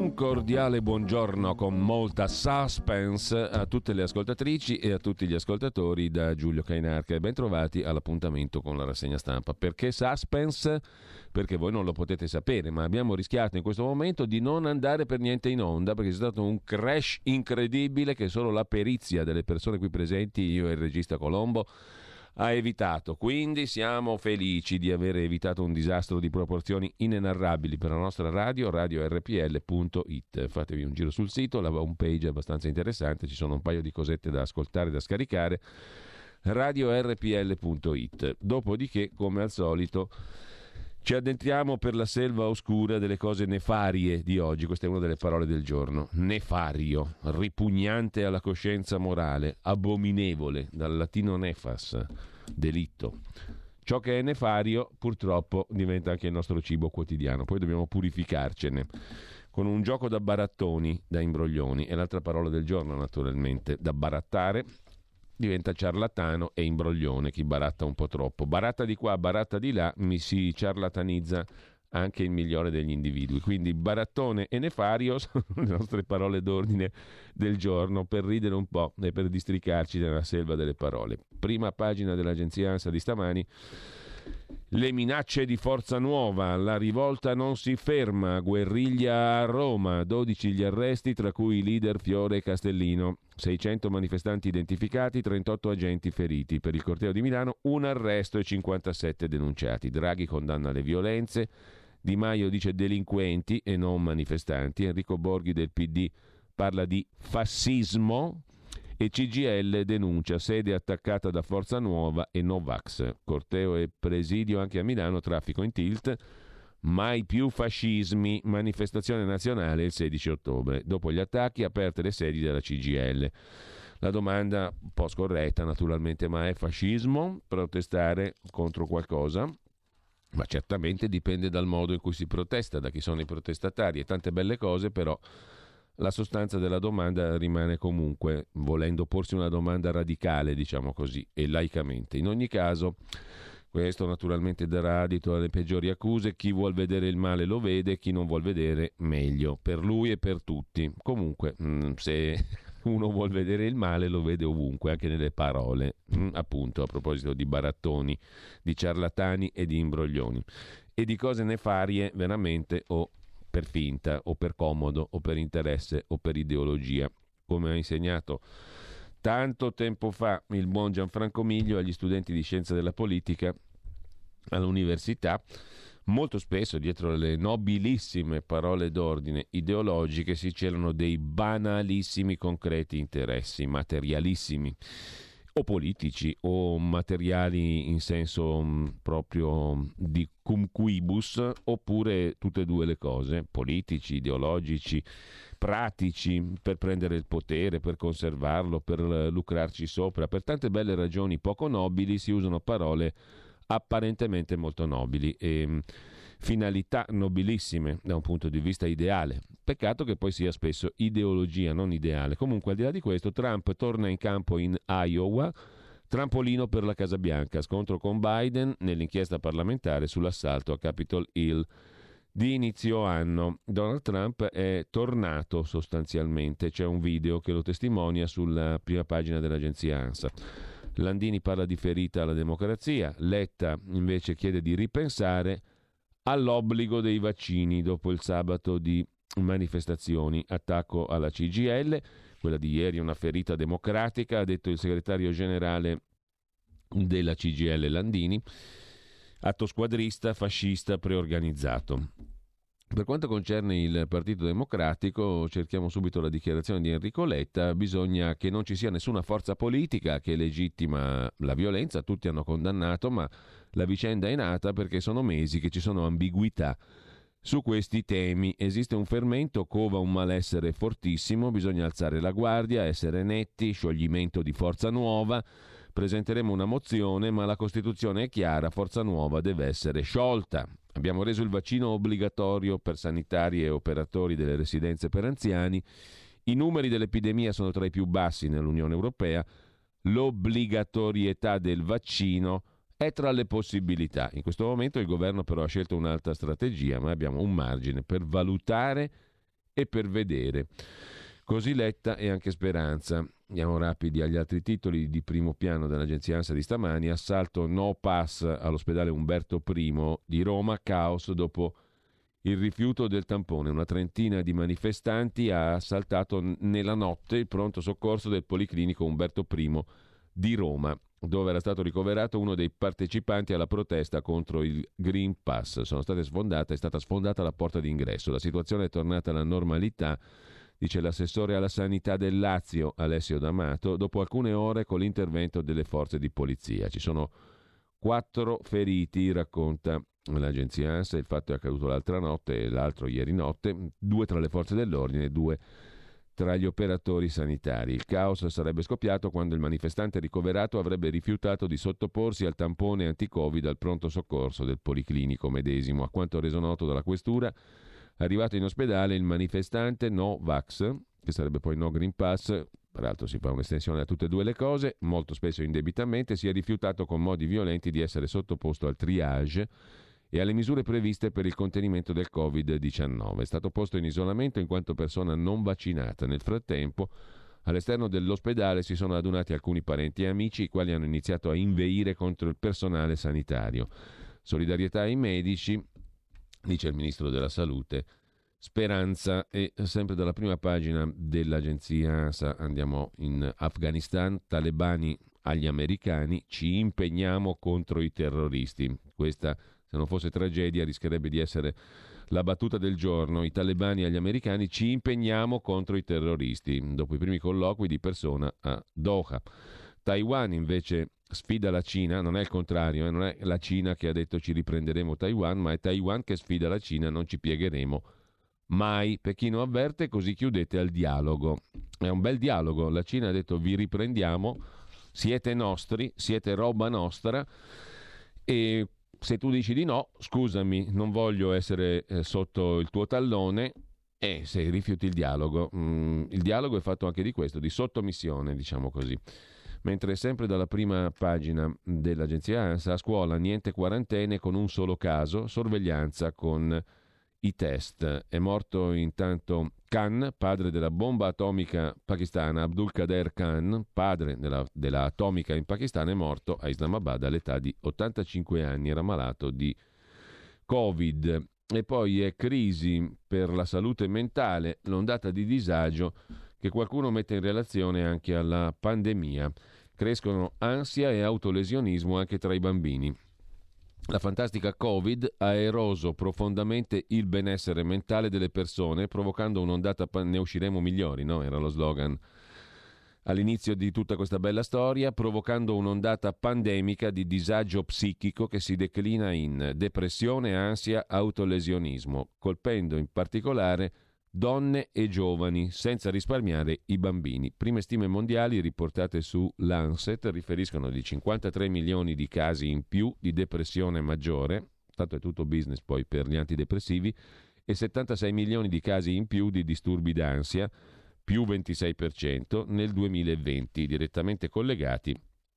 Un cordiale buongiorno con molta suspense a tutte le ascoltatrici e a tutti gli ascoltatori da Giulio Cainarca e ben trovati all'appuntamento con la rassegna stampa. Perché suspense? Perché voi non lo potete sapere, ma abbiamo rischiato in questo momento di non andare per niente in onda perché c'è stato un crash incredibile che solo la perizia delle persone qui presenti, io e il regista Colombo, ha evitato. Quindi siamo felici di aver evitato un disastro di proporzioni inenarrabili per la nostra radio, radiorpl.it. Fatevi un giro sul sito, la home page è abbastanza interessante, ci sono un paio di cosette da ascoltare, da scaricare, radiorpl.it. Dopodiché, come al solito, ci addentriamo per la selva oscura delle cose nefarie di oggi. Questa è una delle parole del giorno. Nefario, ripugnante alla coscienza morale, abominevole, dal latino nefas, delitto. Ciò che è nefario purtroppo diventa anche il nostro cibo quotidiano. Poi dobbiamo purificarcene con un gioco da barattoni, da imbroglioni. È l'altra parola del giorno, naturalmente, da barattare. Diventa ciarlatano e imbroglione chi baratta un po' troppo. Baratta di qua, baratta di là, mi si ciarlatanizza anche il migliore degli individui. Quindi barattone e nefario sono le nostre parole d'ordine del giorno per ridere un po' e per districarci nella selva delle parole. Prima pagina dell'agenzia ANSA di stamani. Le minacce di Forza Nuova, la rivolta non si ferma, guerriglia a Roma, 12 gli arresti tra cui i leader Fiore e Castellino, 600 manifestanti identificati, 38 agenti feriti. Per il corteo di Milano un arresto e 57 denunciati. Draghi condanna le violenze, Di Maio dice delinquenti e non manifestanti, Enrico Borghi del PD parla di fassismo e CGIL denuncia sede attaccata da Forza Nuova e Novax. Corteo e presidio anche a Milano, traffico in tilt, mai più fascismi, manifestazione nazionale il 16 ottobre. Dopo gli attacchi aperte le sedi della CGIL. La domanda un po' scorretta naturalmente, ma è fascismo protestare contro qualcosa? Ma certamente dipende dal modo in cui si protesta, da chi sono i protestatari e tante belle cose, però la sostanza della domanda rimane comunque, volendo porsi una domanda radicale, diciamo così, e laicamente. In ogni caso, questo naturalmente darà adito alle peggiori accuse. Chi vuol vedere il male lo vede, chi non vuol vedere meglio, per lui e per tutti. Comunque, se uno vuol vedere il male lo vede ovunque, anche nelle parole, appunto a proposito di barattoni, di ciarlatani e di imbroglioni. E di cose nefarie veramente o per finta o per comodo o per interesse o per ideologia, come ha insegnato tanto tempo fa il buon Gianfranco Miglio agli studenti di scienza della politica all'università. Molto spesso dietro le nobilissime parole d'ordine ideologiche si celano dei banalissimi concreti interessi, materialissimi o politici o materiali in senso proprio di cum quibus, oppure tutte e due le cose, politici, ideologici, pratici, per prendere il potere, per conservarlo, per lucrarci sopra. Per tante belle ragioni poco nobili si usano parole apparentemente molto nobili e finalità nobilissime da un punto di vista ideale. Peccato che poi sia spesso ideologia, non ideale. Comunque, al di là di questo, Trump torna in campo in Iowa, trampolino per la Casa Bianca, scontro con Biden nell'inchiesta parlamentare sull'assalto a Capitol Hill di inizio anno. Donald Trump è tornato sostanzialmente, c'è un video che lo testimonia sulla prima pagina dell'agenzia ANSA. Landini parla di ferita alla democrazia, Letta invece chiede di ripensare all'obbligo dei vaccini dopo il sabato di manifestazioni, attacco alla CGIL, quella di ieri è una ferita democratica, ha detto il segretario generale della CGIL Landini, atto squadrista, fascista, preorganizzato. Per quanto concerne il Partito Democratico, cerchiamo subito la dichiarazione di Enrico Letta. Bisogna che non ci sia nessuna forza politica che legittima la violenza, tutti hanno condannato, ma la vicenda è nata perché sono mesi che ci sono ambiguità su questi temi. Esiste un fermento, cova un malessere fortissimo, bisogna alzare la guardia, essere netti, scioglimento di Forza Nuova. Presenteremo una mozione, ma la Costituzione è chiara, Forza Nuova deve essere sciolta. Abbiamo reso il vaccino obbligatorio per sanitari e operatori delle residenze per anziani. I numeri dell'epidemia sono tra i più bassi nell'Unione Europea. L'obbligatorietà del vaccino è tra le possibilità. In questo momento il governo però ha scelto un'altra strategia, ma abbiamo un margine per valutare e per vedere. Così Letta e anche Speranza. Andiamo rapidi agli altri titoli di primo piano dell'agenzia ANSA di stamani. Assalto no pass all'ospedale Umberto I di Roma, caos dopo il rifiuto del tampone. Una trentina di manifestanti ha assaltato nella notte il pronto soccorso del Policlinico Umberto I di Roma, dove era stato ricoverato uno dei partecipanti alla protesta contro il Green Pass. È stata sfondata la porta d'ingresso. La situazione è tornata alla normalità, dice l'assessore alla sanità del Lazio, Alessio D'Amato, dopo alcune ore con l'intervento delle forze di polizia. Ci sono 4 feriti, racconta l'agenzia ANSA. Il fatto è accaduto l'altra notte e l'altro ieri notte, 2 tra le forze dell'ordine e 2 tra gli operatori sanitari. Il caos sarebbe scoppiato quando il manifestante ricoverato avrebbe rifiutato di sottoporsi al tampone anti-Covid al pronto soccorso del Policlinico medesimo. A quanto reso noto dalla questura, arrivato in ospedale il manifestante no vax, che sarebbe poi no Green Pass, peraltro si fa un'estensione a tutte e due le cose, molto spesso indebitamente, si è rifiutato con modi violenti di essere sottoposto al triage e alle misure previste per il contenimento del Covid-19. È stato posto in isolamento in quanto persona non vaccinata. Nel frattempo, all'esterno dell'ospedale si sono adunati alcuni parenti e amici, i quali hanno iniziato a inveire contro il personale sanitario. Solidarietà ai medici, dice il ministro della Salute, Speranza. E sempre dalla prima pagina dell'agenzia ANSA andiamo in Afghanistan. Talebani agli americani, ci impegniamo contro i terroristi. Questa, se non fosse tragedia, rischierebbe di essere la battuta del giorno. I talebani agli americani, ci impegniamo contro i terroristi, dopo i primi colloqui di persona a Doha. Taiwan invece sfida la Cina, non è il contrario, non è la Cina che ha detto ci riprenderemo Taiwan, ma è Taiwan che sfida la Cina, non ci piegheremo mai. Pechino avverte, così chiudete al dialogo. È un bel dialogo, la Cina ha detto vi riprendiamo, siete nostri, siete roba nostra, e se tu dici di no, scusami, non voglio essere sotto il tuo tallone, e se rifiuti il dialogo. Il dialogo è fatto anche di questo, di sottomissione, diciamo così. Mentre sempre dalla prima pagina dell'agenzia ANSA, a scuola niente quarantene con un solo caso, sorveglianza con i test. È morto intanto Khan, padre della bomba atomica pakistana. Abdul Qader Khan, padre della atomica in Pakistan, è morto a Islamabad all'età di 85 anni, era malato di Covid. E poi è crisi per la salute mentale, l'ondata di disagio che qualcuno mette in relazione anche alla pandemia. Crescono ansia e autolesionismo anche tra i bambini. La fantastica Covid ha eroso profondamente il benessere mentale delle persone, provocando un'ondata ne usciremo migliori, no? Era lo slogan all'inizio di tutta questa bella storia, provocando un'ondata pandemica di disagio psichico che si declina in depressione, ansia, autolesionismo, colpendo in particolare donne e giovani, senza risparmiare i bambini. Prime stime mondiali riportate su Lancet riferiscono di 53 milioni di casi in più di depressione maggiore, tanto è tutto business poi per gli antidepressivi, e 76 milioni di casi in più di disturbi d'ansia, più 26% nel 2020, direttamente collegati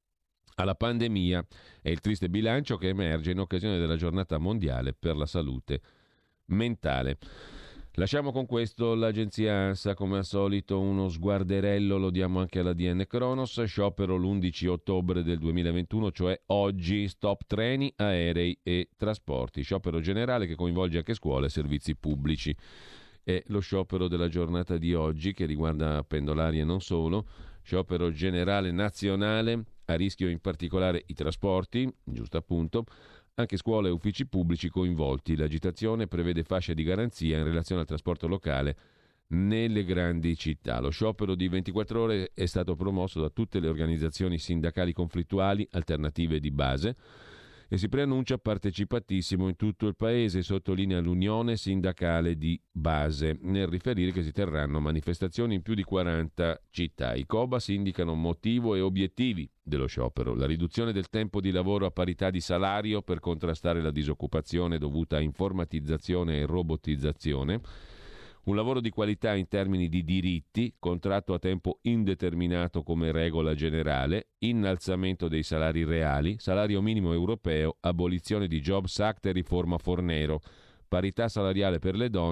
alla pandemia. È il triste bilancio che emerge in occasione della giornata mondiale per la salute mentale. Lasciamo con questo l'agenzia ANSA, come al solito uno sguarderello lo diamo anche alla DN Kronos. Sciopero l'11 ottobre del 2021, cioè oggi, stop treni, aerei e trasporti. Sciopero generale che coinvolge anche scuole e servizi pubblici. È lo sciopero della giornata di oggi, che riguarda pendolari e non solo. Sciopero generale nazionale, a rischio in particolare i trasporti, giusto appunto, anche scuole e uffici pubblici coinvolti. L'agitazione prevede fasce di garanzia in relazione al trasporto locale nelle grandi città. Lo sciopero di 24 ore è stato promosso da tutte le organizzazioni sindacali conflittuali alternative di base e si preannuncia partecipatissimo in tutto il paese, sottolinea l'Unione Sindacale di Base, nel riferire che si terranno manifestazioni in più di 40 città. I Cobas indicano motivo e obiettivi dello sciopero: la riduzione del tempo di lavoro a parità di salario per contrastare la disoccupazione dovuta a informatizzazione e robotizzazione, un lavoro di qualità in termini di diritti, contratto a tempo indeterminato come regola generale, innalzamento dei salari reali, salario minimo europeo, abolizione di Jobs Act e riforma Fornero, parità salariale per le donne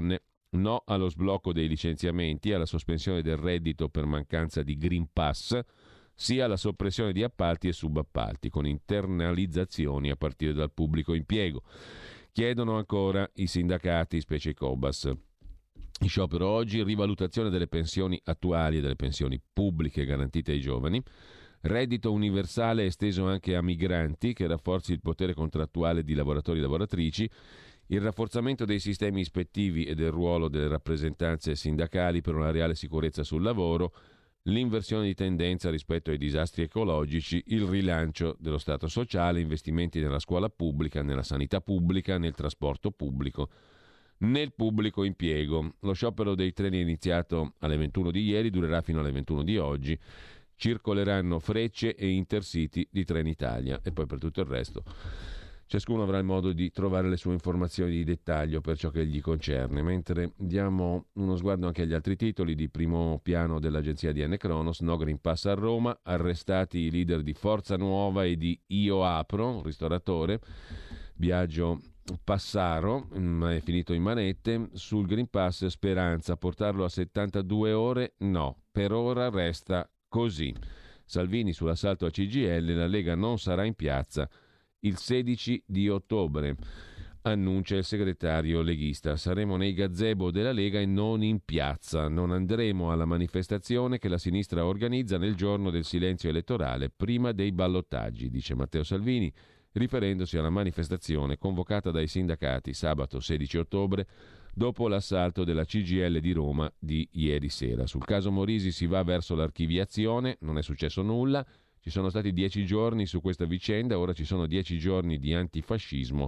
No allo sblocco dei licenziamenti, alla sospensione del reddito per mancanza di Green Pass, sia alla soppressione di appalti e subappalti, con internalizzazioni a partire dal pubblico impiego. Chiedono ancora i sindacati, specie i Cobas. In sciopero oggi, rivalutazione delle pensioni attuali e delle pensioni pubbliche garantite ai giovani, reddito universale esteso anche a migranti che rafforzi il potere contrattuale di lavoratori e lavoratrici, il rafforzamento dei sistemi ispettivi e del ruolo delle rappresentanze sindacali per una reale sicurezza sul lavoro, l'inversione di tendenza rispetto ai disastri ecologici, il rilancio dello Stato sociale, investimenti nella scuola pubblica, nella sanità pubblica, nel trasporto pubblico, nel pubblico impiego. Lo sciopero dei treni è iniziato alle 21 di ieri, durerà fino alle 21 di oggi. Circoleranno Frecce e Intercity di Trenitalia e poi per tutto il resto ciascuno avrà il modo di trovare le sue informazioni di dettaglio per ciò che gli concerne, mentre diamo uno sguardo anche agli altri titoli di primo piano dell'agenzia DN Cronos. No Green Pass a Roma, arrestati i leader di Forza Nuova e di Io Apro, un ristoratore, Biagio Passaro, ma è finito in manette. Sul Green Pass Speranza, portarlo a 72 ore? No, per ora resta così. Salvini sull'assalto a CGIL, la Lega non sarà in piazza il 16 di ottobre, annuncia il segretario leghista. Saremo nei gazebo della Lega e non in piazza. Non andremo alla manifestazione che la sinistra organizza nel giorno del silenzio elettorale, prima dei ballottaggi, dice Matteo Salvini, riferendosi alla manifestazione convocata dai sindacati sabato 16 ottobre dopo l'assalto della CGIL di Roma di ieri sera. Sul caso Morisi si va verso l'archiviazione, non è successo nulla. Ci sono stati 10 giorni su questa vicenda, ora ci sono 10 giorni di antifascismo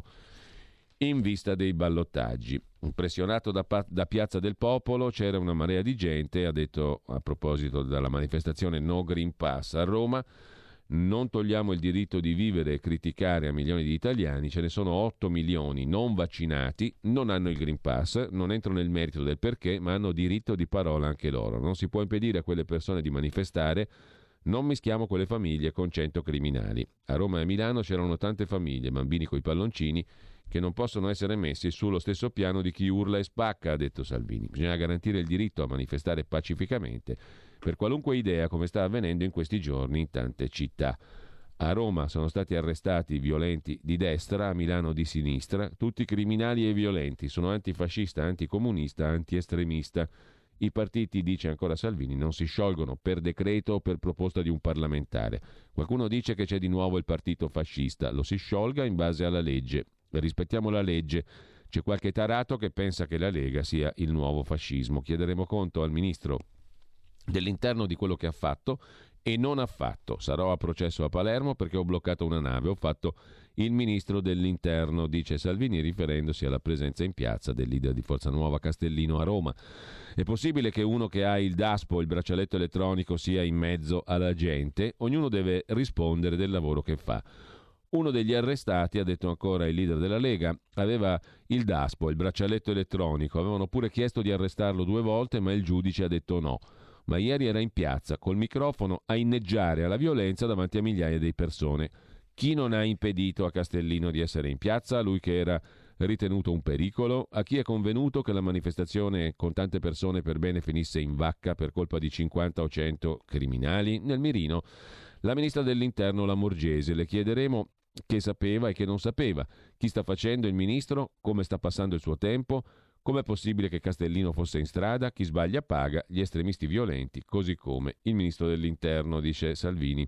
in vista dei ballottaggi. Impressionato da Piazza del Popolo, c'era una marea di gente, ha detto a proposito della manifestazione No Green Pass a Roma, non togliamo il diritto di vivere e criticare a milioni di italiani, ce ne sono 8 milioni non vaccinati, non hanno il Green Pass, non entro nel merito del perché, ma hanno diritto di parola anche loro. Non si può impedire a quelle persone di manifestare. Non mischiamo quelle famiglie con 100 criminali. A Roma e a Milano c'erano tante famiglie, bambini coi palloncini, che non possono essere messi sullo stesso piano di chi urla e spacca, ha detto Salvini. Bisogna garantire il diritto a manifestare pacificamente per qualunque idea, come sta avvenendo in questi giorni in tante città. A Roma sono stati arrestati violenti di destra, a Milano di sinistra, tutti criminali e violenti, sono antifascista, anticomunista, antiestremista. I partiti, dice ancora Salvini, non si sciolgono per decreto o per proposta di un parlamentare. Qualcuno dice che c'è di nuovo il partito fascista, lo si sciolga in base alla legge. Rispettiamo la legge. C'è qualche tarato che pensa che la Lega sia il nuovo fascismo. Chiederemo conto al ministro dell'Interno di quello che ha fatto e non ha fatto. Sarò a processo a Palermo perché ho bloccato una nave, ho fatto il ministro dell'Interno, dice Salvini riferendosi alla presenza in piazza del leader di Forza Nuova Castellino a Roma. È possibile che uno che ha il DASPO, il braccialetto elettronico, sia in mezzo alla gente? Ognuno deve rispondere del lavoro che fa. Uno degli arrestati, ha detto ancora il leader della Lega, aveva il DASPO, il braccialetto elettronico. Avevano pure chiesto di arrestarlo 2 volte, ma il giudice ha detto no. Ma ieri era in piazza, col microfono, a inneggiare alla violenza davanti a migliaia di persone. Chi non ha impedito a Castellino di essere in piazza, lui che era ritenuto un pericolo? A chi è convenuto che la manifestazione con tante persone per bene finisse in vacca per colpa di 50 o 100 criminali? Nel mirino la ministra dell'Interno Lamorgese. Le chiederemo che sapeva e che non sapeva, chi sta facendo il ministro, come sta passando il suo tempo, com'è possibile che Castellino fosse in strada, chi sbaglia paga, gli estremisti violenti, così come il ministro dell'Interno, dice Salvini.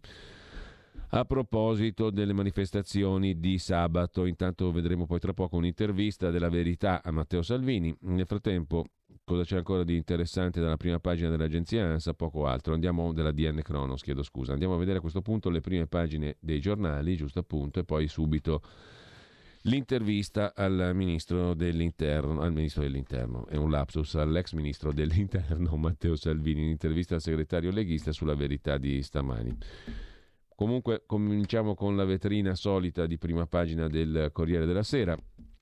A proposito delle manifestazioni di sabato, intanto vedremo poi tra poco un'intervista della Verità a Matteo Salvini. Nel frattempo, cosa c'è ancora di interessante dalla prima pagina dell'agenzia ANSA? Poco altro. Andiamo della DN Cronos, chiedo scusa. Andiamo a vedere a questo punto le prime pagine dei giornali, giusto appunto, e poi subito l'intervista al ministro dell'Interno, è un lapsus, all'ex ministro dell'Interno Matteo Salvini, un'intervista al segretario leghista sulla Verità di stamani. Comunque cominciamo con la vetrina solita di prima pagina del Corriere della Sera.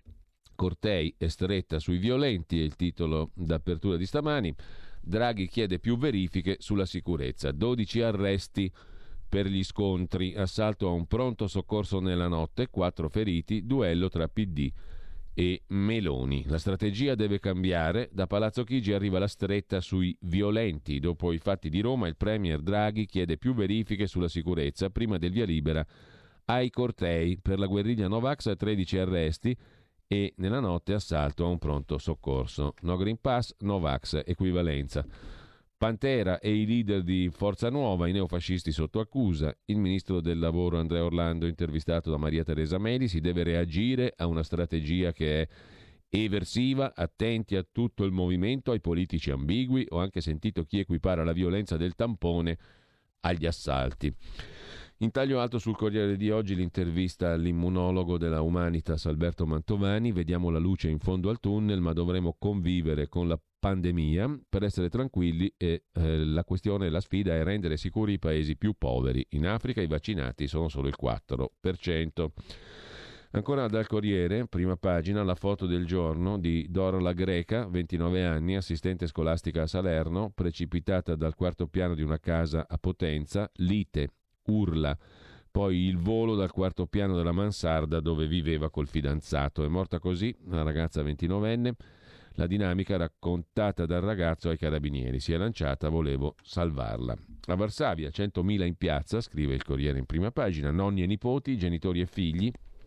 Cortei è stretta sui violenti, è il titolo d'apertura di stamani. Draghi chiede più verifiche sulla sicurezza. 12 arresti per gli scontri. Assalto a un pronto soccorso nella notte, 4 feriti, duello tra PD e Meloni. La strategia deve cambiare. Da Palazzo Chigi arriva la stretta sui violenti. Dopo i fatti di Roma, il premier Draghi chiede più verifiche sulla sicurezza prima del via libera ai cortei. Per la guerriglia Novax 13 arresti e nella notte assalto a un pronto soccorso. No Green Pass, Novax, equivalenza. Pantera e i leader di Forza Nuova, i neofascisti sotto accusa. Il ministro del lavoro Andrea Orlando, intervistato da Maria Teresa Meli, si deve reagire a una strategia che è eversiva, attenti a tutto il movimento, ai politici ambigui. Ho anche sentito chi equipara la violenza del tampone agli assalti. In taglio alto sul Corriere di oggi l'intervista all'immunologo della Humanitas Alberto Mantovani. Vediamo la luce in fondo al tunnel, ma dovremo convivere con la pandemia per essere tranquilli e la questione, la sfida è rendere sicuri i paesi più poveri. In Africa i vaccinati sono solo il 4%. Ancora dal Corriere, prima pagina, la foto del giorno di Dora la Greca, 29 anni, assistente scolastica a Salerno, precipitata dal quarto piano di una casa a Potenza, lite, urla, poi il volo dal quarto piano della mansarda dove viveva col fidanzato. È morta così la ragazza 29enne. La dinamica raccontata dal ragazzo ai carabinieri. Si è lanciata, volevo salvarla. A Varsavia 100.000 in piazza, scrive il Corriere in prima pagina, nonni e nipoti, genitori e figli,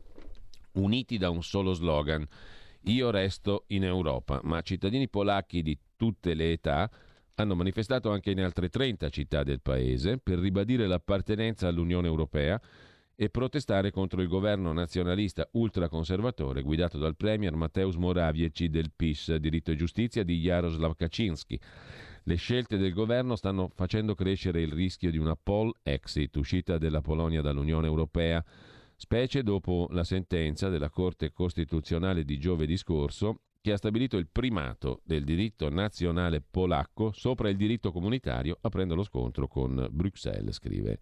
uniti da un solo slogan: io resto in Europa. Ma cittadini polacchi di tutte le età hanno manifestato anche in altre 30 città del paese per ribadire l'appartenenza all'Unione Europea e protestare contro il governo nazionalista ultraconservatore guidato dal premier Mateusz Morawiecki del PiS, diritto e giustizia di Jaroslaw Kaczynski. Le scelte del governo stanno facendo crescere il rischio di una Polexit, uscita della Polonia dall'Unione Europea, specie dopo la sentenza della Corte Costituzionale di giovedì scorso che ha stabilito il primato del diritto nazionale polacco sopra il diritto comunitario, aprendo lo scontro con Bruxelles, scrive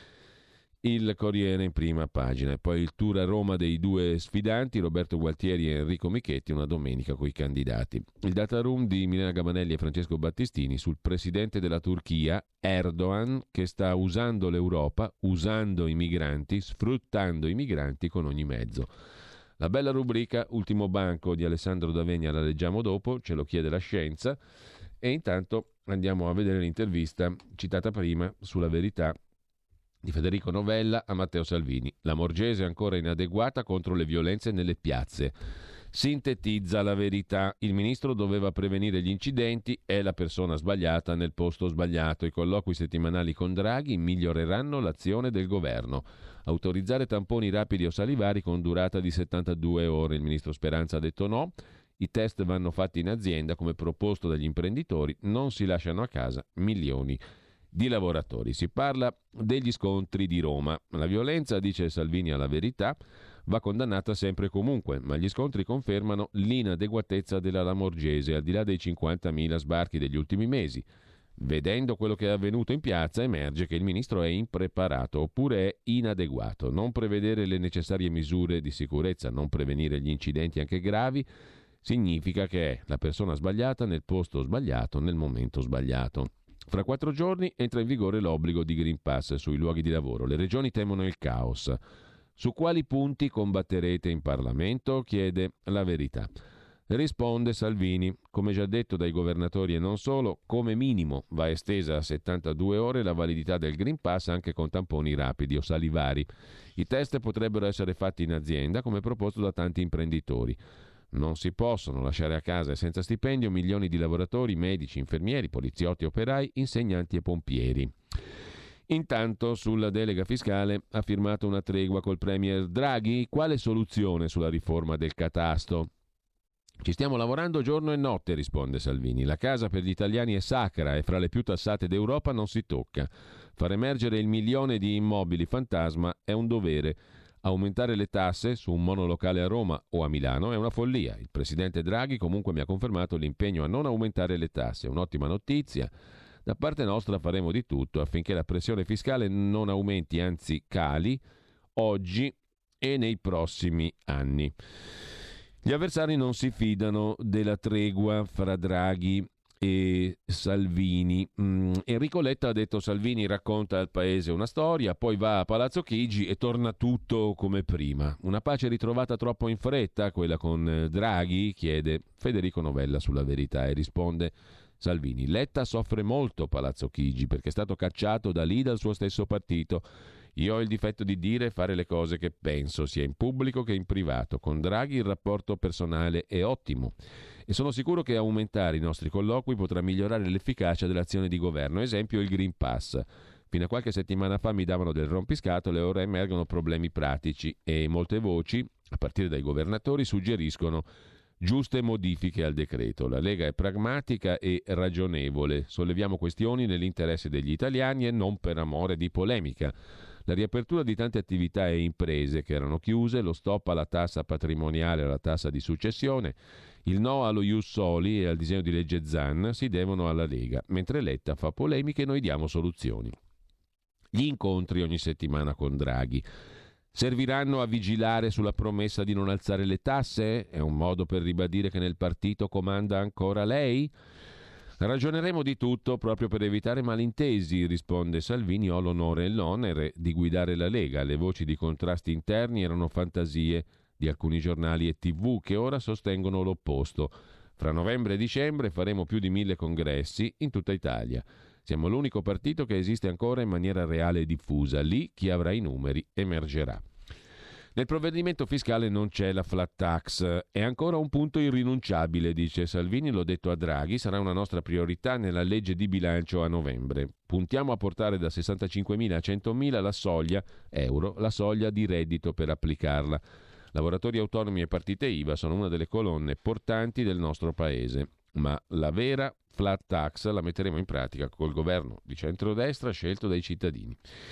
il Corriere in prima pagina. E poi il tour a Roma dei due sfidanti, Roberto Gualtieri e Enrico Michetti, una domenica coi candidati. Il data room di Milena Gabanelli e Francesco Battistini sul presidente della Turchia, Erdogan, che sta usando l'Europa, usando i migranti, sfruttando i migranti con ogni mezzo. La bella rubrica Ultimo banco di Alessandro D'Avegna la leggiamo dopo, ce lo chiede la scienza, e intanto andiamo a vedere l'intervista citata prima sulla Verità di Federico Novella a Matteo Salvini. La Morgese è ancora inadeguata contro le violenze nelle piazze. Sintetizza la Verità. Il ministro doveva prevenire gli incidenti, è la persona sbagliata nel posto sbagliato. I colloqui settimanali con Draghi miglioreranno l'azione del governo. Autorizzare tamponi rapidi o salivari con durata di 72 ore. Il ministro Speranza ha detto no. I test vanno fatti in azienda come proposto dagli imprenditori. Non si lasciano a casa milioni di lavoratori. Si parla degli scontri di Roma. La violenza, dice Salvini alla Verità, va condannata sempre e comunque, ma gli scontri confermano l'inadeguatezza della Lamorgese, al di là dei 50.000 sbarchi degli ultimi mesi. Vedendo quello che è avvenuto in piazza, emerge che il ministro è impreparato oppure è inadeguato. Non prevedere le necessarie misure di sicurezza, non prevenire gli incidenti anche gravi, significa che è la persona sbagliata nel posto sbagliato nel momento sbagliato. Fra 4 giorni entra in vigore l'obbligo di Green Pass sui luoghi di lavoro. Le regioni temono il caos. Su quali punti combatterete in Parlamento? Chiede la Verità. Risponde Salvini. Come già detto dai governatori e non solo, come minimo va estesa a 72 ore la validità del Green Pass anche con tamponi rapidi o salivari. I test potrebbero essere fatti in azienda come proposto da tanti imprenditori. Non si possono lasciare a casa e senza stipendio milioni di lavoratori, medici, infermieri, poliziotti, operai, insegnanti e pompieri. Intanto sulla delega fiscale ha firmato una tregua col premier Draghi. Quale soluzione sulla riforma del catasto? Ci stiamo lavorando giorno e notte, risponde Salvini. La casa per gli italiani è sacra e fra le più tassate d'Europa non si tocca. Far emergere il 1 milione di immobili fantasma è un dovere. Aumentare le tasse su un monolocale a Roma o a Milano è una follia. Il presidente Draghi comunque mi ha confermato l'impegno a non aumentare le tasse. Un'ottima notizia. Da parte nostra faremo di tutto affinché la pressione fiscale non aumenti, anzi cali, oggi e nei prossimi anni. Gli avversari non si fidano della tregua fra Draghi e Salvini. Enrico Letta ha detto: Salvini racconta al paese una storia, poi va a Palazzo Chigi e torna tutto come prima. Una pace ritrovata troppo in fretta, quella con Draghi? Chiede Federico Novella sulla Verità e risponde Salvini: Letta soffre molto Palazzo Chigi perché è stato cacciato da lì dal suo stesso partito. Io ho il difetto di dire e fare le cose che penso, sia in pubblico che in privato. Con Draghi il rapporto personale è ottimo e sono sicuro che aumentare i nostri colloqui potrà migliorare l'efficacia dell'azione di governo. Esempio il Green Pass. Fino a qualche settimana fa mi davano del rompiscatole, ora emergono problemi pratici e molte voci, a partire dai governatori, suggeriscono giuste modifiche al decreto. La Lega è pragmatica e ragionevole. Solleviamo questioni nell'interesse degli italiani e non per amore di polemica. La riapertura di tante attività e imprese che erano chiuse, lo stop alla tassa patrimoniale e alla tassa di successione, il no allo Ius Soli e al disegno di legge Zan si devono alla Lega, mentre Letta fa polemiche e noi diamo soluzioni. Gli incontri ogni settimana con Draghi serviranno a vigilare sulla promessa di non alzare le tasse? È un modo per ribadire che nel partito comanda ancora lei? Ragioneremo di tutto proprio per evitare malintesi, risponde Salvini. Ho l'onore e l'onere di guidare la Lega. Le voci di contrasti interni erano fantasie di alcuni giornali e TV che ora sostengono l'opposto. Fra novembre e dicembre faremo più di 1000 congressi in tutta Italia. Siamo l'unico partito che esiste ancora in maniera reale e diffusa. Lì chi avrà i numeri emergerà. Nel provvedimento fiscale non c'è la flat tax, è ancora un punto irrinunciabile, dice Salvini, l'ho detto a Draghi, sarà una nostra priorità nella legge di bilancio a novembre. Puntiamo a portare da 65.000 a 100.000 la soglia euro, la soglia di reddito per applicarla. Lavoratori autonomi e partite IVA sono una delle colonne portanti del nostro paese, ma la vera flat tax la metteremo in pratica col governo di centrodestra scelto dai cittadini.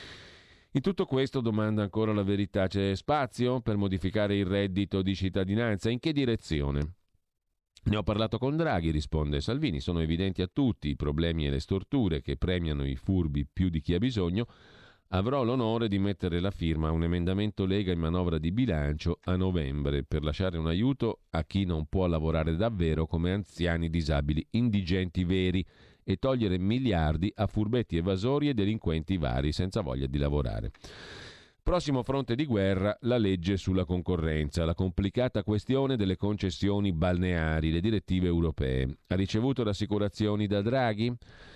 In tutto questo, domanda ancora La Verità, c'è spazio per modificare il reddito di cittadinanza? In che direzione? Ne ho parlato con Draghi, risponde Salvini, sono evidenti a tutti i problemi e le storture che premiano i furbi più di chi ha bisogno. Avrò l'onore di mettere la firma a un emendamento Lega in manovra di bilancio a novembre per lasciare un aiuto a chi non può lavorare davvero come anziani, disabili, indigenti veri e togliere miliardi a furbetti evasori e delinquenti vari senza voglia di lavorare. Prossimo fronte di guerra, la legge sulla concorrenza, la complicata questione delle concessioni balneari, le direttive europee. Ha ricevuto rassicurazioni da Draghi?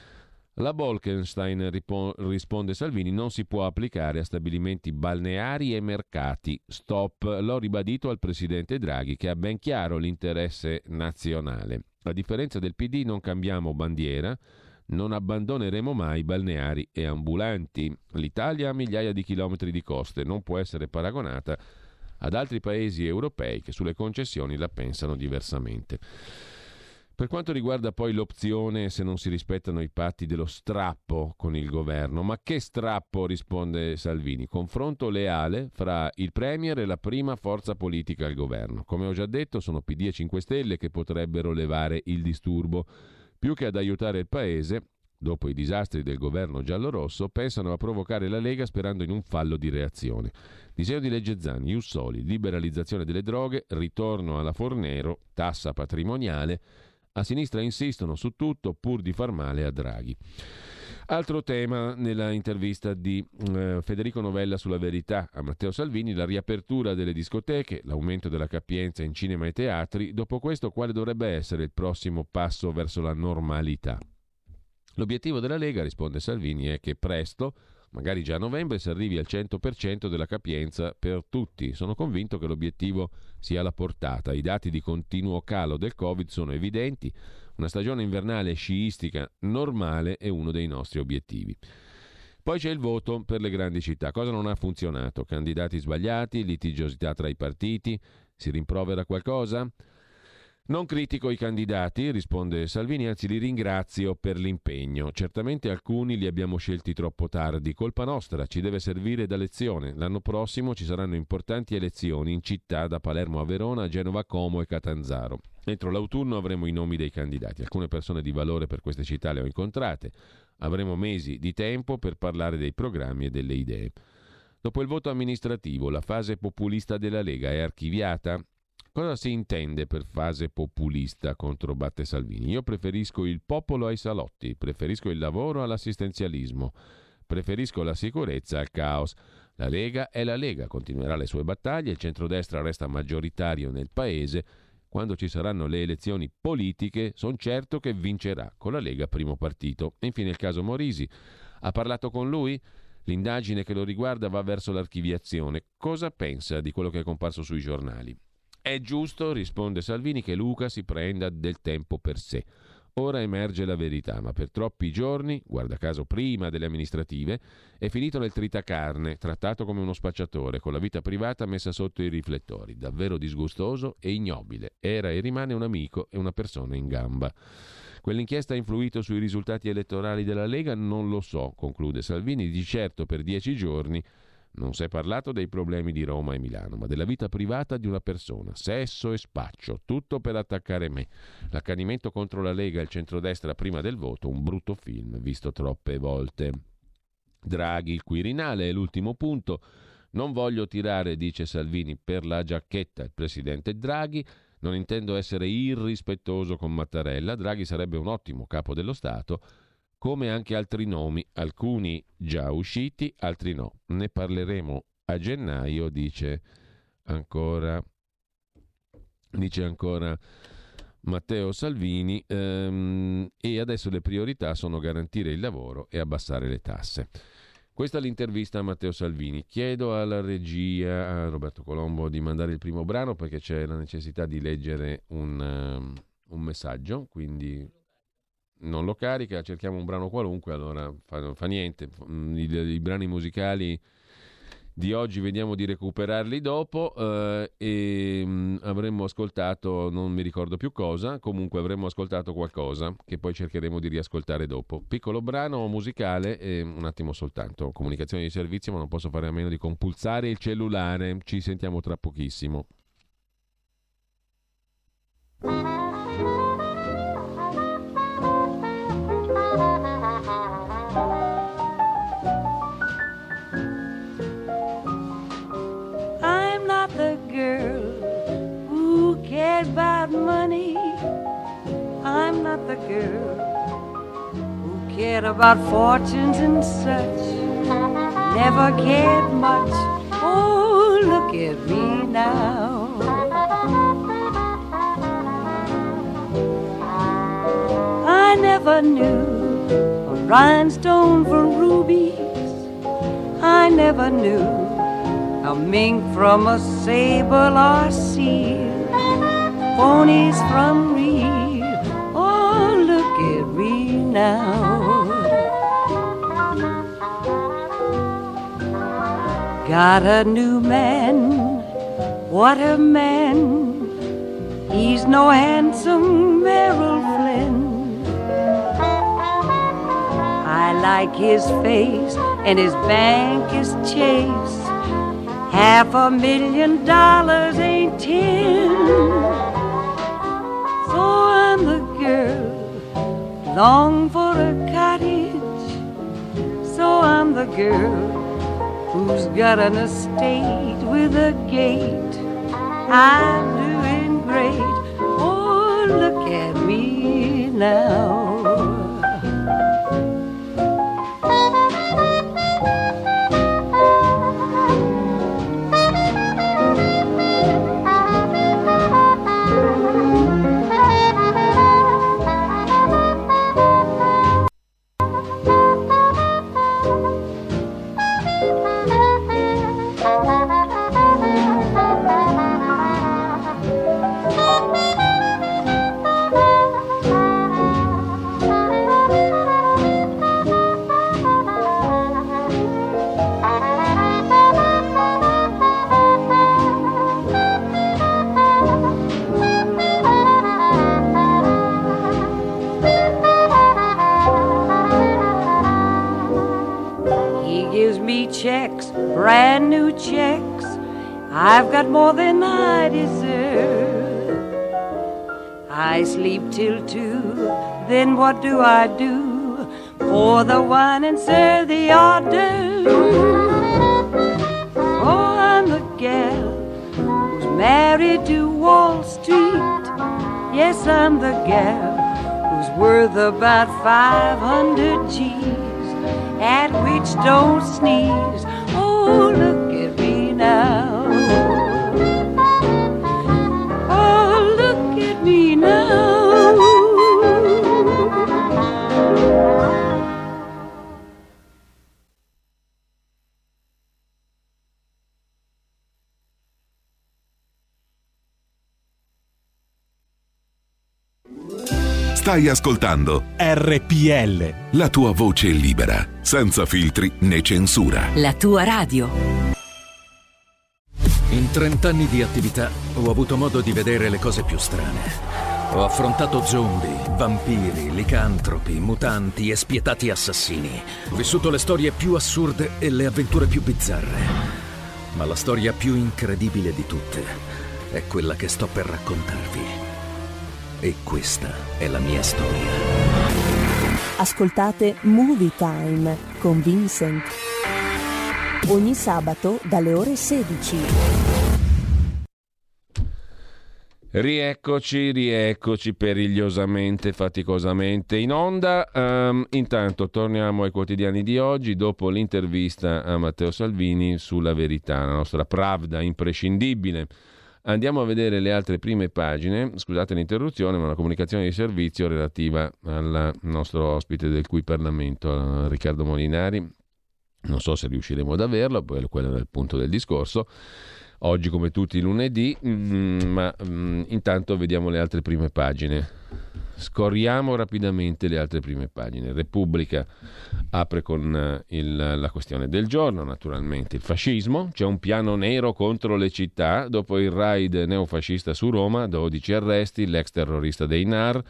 La Bolkestein, risponde Salvini, non si può applicare a stabilimenti balneari e mercati. Stop, l'ho ribadito al presidente Draghi che ha ben chiaro l'interesse nazionale. A differenza del PD non cambiamo bandiera, non abbandoneremo mai balneari e ambulanti. L'Italia ha migliaia di chilometri di coste, non può essere paragonata ad altri paesi europei che sulle concessioni la pensano diversamente. Per quanto riguarda poi l'opzione se non si rispettano i patti dello strappo con il governo, ma che strappo, risponde Salvini, confronto leale fra il Premier e la prima forza politica al governo. Come ho già detto, sono PD e 5 Stelle che potrebbero levare il disturbo. Più che ad aiutare il Paese, dopo i disastri del governo giallorosso, pensano a provocare la Lega sperando in un fallo di reazione. Disegno di legge Zan, Ius Soli, liberalizzazione delle droghe, ritorno alla Fornero, tassa patrimoniale. A sinistra insistono su tutto pur di far male a Draghi. Altro tema nella intervista di Federico Novella sulla Verità a Matteo Salvini, la riapertura delle discoteche, l'aumento della capienza in cinema e teatri. Dopo questo, quale dovrebbe essere il prossimo passo verso la normalità? L'obiettivo della Lega, risponde Salvini, è che presto, magari già a novembre, si arrivi al 100% della capienza per tutti. Sono convinto che l'obiettivo sia alla portata. I dati di continuo calo del Covid sono evidenti. Una stagione invernale sciistica normale è uno dei nostri obiettivi. Poi c'è il voto per le grandi città. Cosa non ha funzionato? Candidati sbagliati, litigiosità tra i partiti? Si rimprovera qualcosa? Non critico i candidati, risponde Salvini, anzi li ringrazio per l'impegno. Certamente alcuni li abbiamo scelti troppo tardi, colpa nostra, ci deve servire da lezione. L'anno prossimo ci saranno importanti elezioni in città da Palermo a Verona, Genova, Como e Catanzaro. Entro l'autunno avremo i nomi dei candidati. Alcune persone di valore per queste città le ho incontrate. Avremo mesi di tempo per parlare dei programmi e delle idee. Dopo il voto amministrativo, la fase populista della Lega è archiviata? Cosa si intende per fase populista? Controbatte Salvini. Io preferisco il popolo ai salotti, preferisco il lavoro all'assistenzialismo, preferisco la sicurezza al caos. La Lega è la Lega, continuerà le sue battaglie, il centrodestra resta maggioritario nel paese. Quando ci saranno le elezioni politiche, sono certo che vincerà con la Lega primo partito. E infine il caso Morisi. Ha parlato con lui? L'indagine che lo riguarda va verso l'archiviazione. Cosa pensa di quello che è comparso sui giornali? È giusto, risponde Salvini, che Luca si prenda del tempo per sé. Ora emerge la verità, ma per troppi giorni, guarda caso prima delle amministrative, è finito nel tritacarne, trattato come uno spacciatore, con la vita privata messa sotto i riflettori. Davvero disgustoso e ignobile. Era e rimane un amico e una persona in gamba. Quell'inchiesta ha influito sui risultati elettorali della Lega? Non lo so, conclude Salvini. Di certo per 10 giorni non si è parlato dei problemi di Roma e Milano, ma della vita privata di una persona, sesso e spaccio, tutto per attaccare me. L'accanimento contro la Lega e il centrodestra prima del voto, un brutto film visto troppe volte. Draghi, il Quirinale, è l'ultimo punto. Non voglio tirare, dice Salvini, per la giacchetta il presidente Draghi. Non intendo essere irrispettoso con Mattarella. Draghi sarebbe un ottimo capo dello Stato, come anche altri nomi, alcuni già usciti, altri no. Ne parleremo a gennaio, dice ancora Matteo Salvini, e adesso le priorità sono garantire il lavoro e abbassare le tasse. Questa è l'intervista a Matteo Salvini. Chiedo alla regia, a Roberto Colombo, di mandare il primo brano perché c'è la necessità di leggere un messaggio, quindi non lo carica, cerchiamo un brano qualunque, allora fa niente. I brani musicali di oggi vediamo di recuperarli dopo, e avremmo ascoltato, non mi ricordo più cosa, comunque avremmo ascoltato qualcosa che poi cercheremo di riascoltare dopo. Piccolo brano musicale, e un attimo soltanto, comunicazione di servizio, ma non posso fare a meno di compulsare il cellulare. Ci sentiamo tra pochissimo. About money, I'm not the girl who cared about fortunes and such. Never cared much. Oh, look at me now. I never knew a rhinestone from rubies. I never knew a mink from a sable or seal. Ponies from real, oh look at me now. Got a new man, what a man. He's no handsome Merrill Flynn. I like his face and his bank is Chase. $500,000 ain't 10. I'm the girl, long for a cottage. So I'm the girl who's got an estate with a gate. I'm doing great, oh look at me now. Brand new checks, I've got more than I deserve. I sleep till 2, then what do? Pour the wine and serve the hors d'oeuvres. Oh, I'm the gal who's married to Walt Yes, I'm the gal who's worth about 500 G's, at which don't sneeze. Oh, look at me now. Oh, look at me now. Stai ascoltando RPL, la tua voce libera, senza filtri né censura. La tua radio. In 30 anni di attività ho avuto modo di vedere le cose più strane. Ho affrontato zombie, vampiri, licantropi, mutanti e spietati assassini. Ho vissuto le storie più assurde e le avventure più bizzarre. Ma la storia più incredibile di tutte è quella che sto per raccontarvi. E questa è la mia storia. Ascoltate Movie Time con Vincent. Ogni sabato dalle ore 16. Rieccoci perigliosamente, faticosamente in onda. Intanto torniamo ai quotidiani di oggi dopo l'intervista a Matteo Salvini sulla Verità, la nostra Pravda imprescindibile. Andiamo a vedere le altre prime pagine. Scusate l'interruzione, ma la comunicazione di servizio relativa al nostro ospite del Qui Parlamento, Riccardo Molinari. Non so se riusciremo ad averlo, poi quello è il punto del discorso. Oggi come tutti i lunedì, ma intanto vediamo le altre prime pagine. Scorriamo rapidamente le altre prime pagine. Repubblica apre con la questione del giorno, naturalmente il fascismo. C'è un piano nero contro le città. Dopo il raid neofascista su Roma, 12 arresti, l'ex terrorista dei NAR,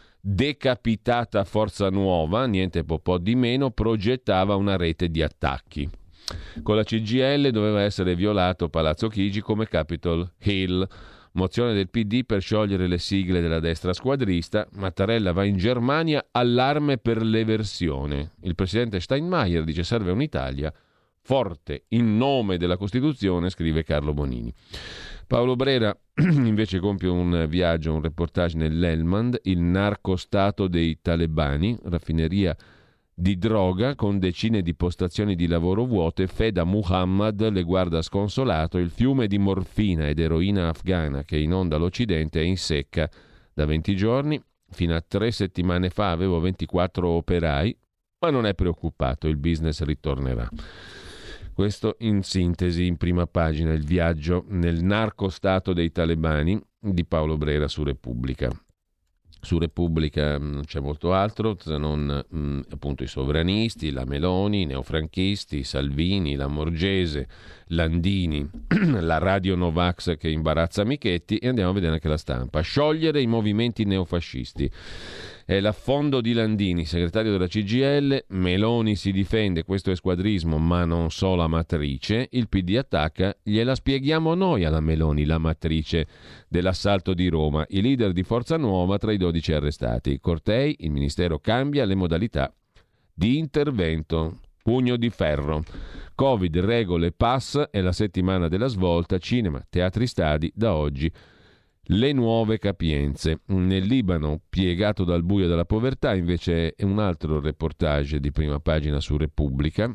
decapitata Forza Nuova, niente po' di meno, progettava una rete di attacchi. Con la CGIL doveva essere violato Palazzo Chigi come Capitol Hill. Mozione del PD per sciogliere le sigle della destra squadrista. Mattarella va in Germania, allarme per l'eversione. Il presidente Steinmeier dice serve un'Italia forte in nome della Costituzione, scrive Carlo Bonini. Paolo Brera invece compie un viaggio, un reportage nell'Helmand, il narcostato dei talebani, raffineria di droga con decine di postazioni di lavoro vuote. Feda Muhammad le guarda sconsolato. Il fiume di morfina ed eroina afghana che inonda l'Occidente è in secca da 20 giorni. Fino a 3 settimane fa avevo 24 operai, ma non è preoccupato, il business ritornerà. Questo in sintesi, in prima pagina, il viaggio nel narcostato dei talebani di Paolo Brera su Repubblica. Su Repubblica non c'è molto altro se non appunto i sovranisti, la Meloni, i neofranchisti, Salvini, la Morgese, Landini, la Radio Novax che imbarazza Michetti, e andiamo a vedere anche la Stampa. Sciogliere i movimenti neofascisti. È l'affondo di Landini, segretario della CGIL. Meloni si difende, questo è squadrismo, ma non so la matrice. Il PD attacca, gliela spieghiamo noi alla Meloni, la matrice dell'assalto di Roma. I leader di Forza Nuova tra i 12 arrestati. Cortei, il Ministero cambia le modalità di intervento. Pugno di ferro. Covid, regole, pass, è la settimana della svolta. Cinema, teatri, stadi, da oggi le nuove capienze. Nel Libano, piegato dal buio e dalla povertà, invece è un altro reportage di prima pagina su Repubblica,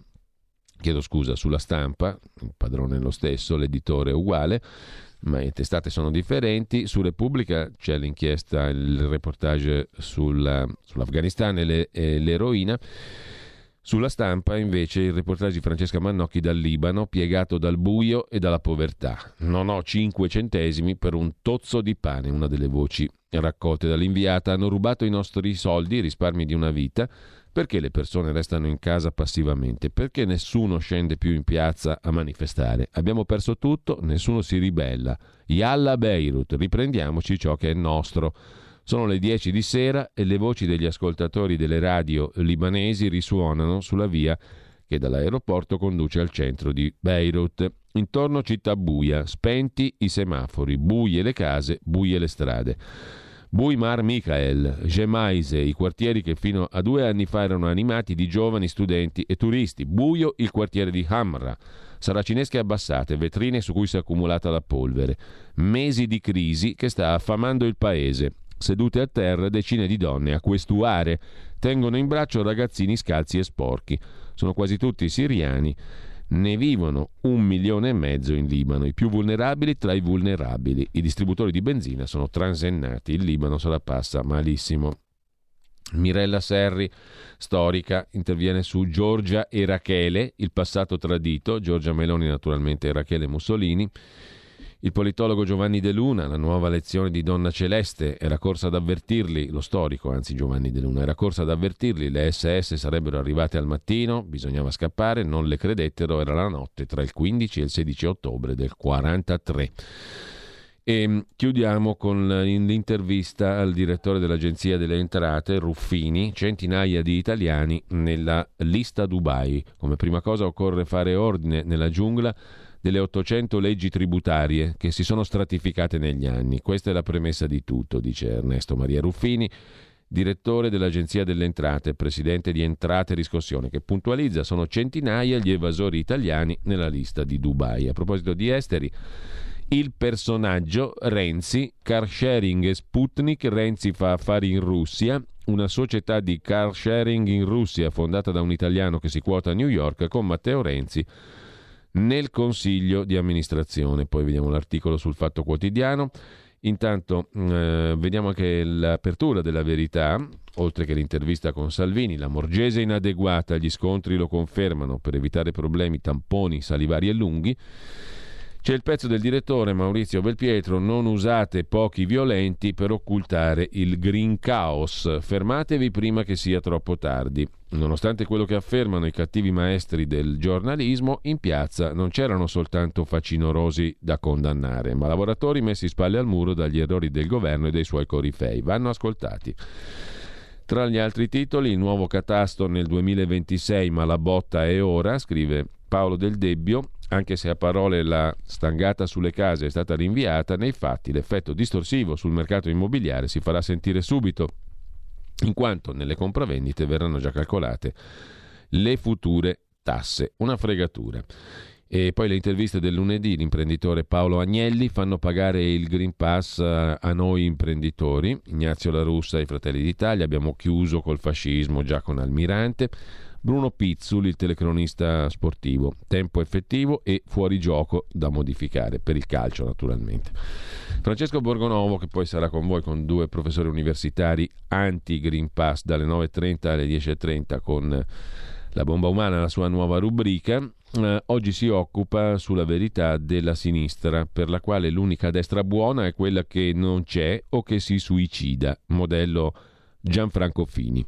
sulla Stampa, il padrone è lo stesso, l'editore è uguale, ma le testate sono differenti. Su Repubblica c'è l'inchiesta, il reportage sull'Afghanistan e l'eroina. Sulla Stampa invece il reportage di Francesca Mannocchi dal Libano, piegato dal buio e dalla povertà. Non ho 5 centesimi per un tozzo di pane, una delle voci raccolte dall'inviata. Hanno rubato i nostri soldi, i risparmi di una vita. Perché le persone restano in casa passivamente? Perché nessuno scende più in piazza a manifestare? Abbiamo perso tutto, nessuno si ribella. Yalla Beirut, riprendiamoci ciò che è nostro. Sono le 10 di sera e le voci degli ascoltatori delle radio libanesi risuonano sulla via che dall'aeroporto conduce al centro di Beirut. Intorno città buia, spenti i semafori, buie le case, buie le strade. Bui Mar Michael, Gemaise, i quartieri che fino a 2 anni fa erano animati di giovani, studenti e turisti. Buio il quartiere di Hamra. Saracinesche abbassate, vetrine su cui si è accumulata la polvere. Mesi di crisi che sta affamando il paese. Sedute a terra decine di donne a questuare, tengono in braccio ragazzini scalzi e sporchi. Sono quasi tutti siriani, ne vivono 1,5 milioni in Libano, i più vulnerabili tra i vulnerabili. I distributori di benzina sono transennati, il Libano se la passa malissimo. Mirella Serri, storica, interviene su Giorgia e Rachele, il passato tradito, Giorgia Meloni naturalmente e Rachele Mussolini. Il politologo Giovanni De Luna, la nuova lezione di Donna Celeste, era corsa ad avvertirli, lo storico anzi Giovanni De Luna, era corsa ad avvertirli, le SS sarebbero arrivate al mattino, bisognava scappare, non le credettero, era la notte tra il 15 e il 16 ottobre del 43. E chiudiamo con l'intervista al direttore dell'Agenzia delle Entrate, Ruffini, centinaia di italiani nella lista Dubai. Come prima cosa occorre fare ordine nella giungla delle 800 leggi tributarie che si sono stratificate negli anni. Questa è la premessa di tutto, dice Ernesto Maria Ruffini, direttore dell'Agenzia delle Entrate, presidente di Entrate e Riscossione, che puntualizza: sono centinaia gli evasori italiani nella lista di Dubai. A proposito di esteri, il personaggio Renzi, car sharing e Sputnik, Renzi fa affari in Russia, una società di car sharing in Russia fondata da un italiano che si quota a New York con Matteo Renzi nel consiglio di amministrazione. Poi vediamo l'articolo sul Fatto Quotidiano. Intanto vediamo anche l'apertura della Verità, oltre che l'intervista con Salvini. La Morgese inadeguata, gli scontri lo confermano, per evitare problemi, tamponi salivari e lunghi. C'è il pezzo del direttore Maurizio Belpietro: non usate pochi violenti per occultare il green chaos, fermatevi prima che sia troppo tardi. Nonostante quello che affermano i cattivi maestri del giornalismo, in piazza non c'erano soltanto facinorosi da condannare, ma lavoratori messi spalle al muro dagli errori del governo e dei suoi corifei. Vanno ascoltati. Tra gli altri titoli, il nuovo catasto nel 2026, ma la botta è ora, scrive Paolo Del Debbio. Anche se a parole la stangata sulle case è stata rinviata, nei fatti l'effetto distorsivo sul mercato immobiliare si farà sentire subito, in quanto nelle compravendite verranno già calcolate le future tasse. Una fregatura. E poi le interviste del lunedì, l'imprenditore Paolo Agnelli: fanno pagare il Green Pass a noi imprenditori. Ignazio La Russa e Fratelli d'Italia: abbiamo chiuso col fascismo, già con Almirante. Bruno Pizzul, il telecronista sportivo: tempo effettivo e fuorigioco da modificare, per il calcio naturalmente. Francesco Borgonovo, che poi sarà con voi con due professori universitari anti-Green Pass dalle 9.30 alle 10.30 con La bomba umana, la sua nuova rubrica. Oggi si occupa sulla Verità della sinistra, per la quale l'unica destra buona è quella che non c'è o che si suicida, modello Gianfranco Fini.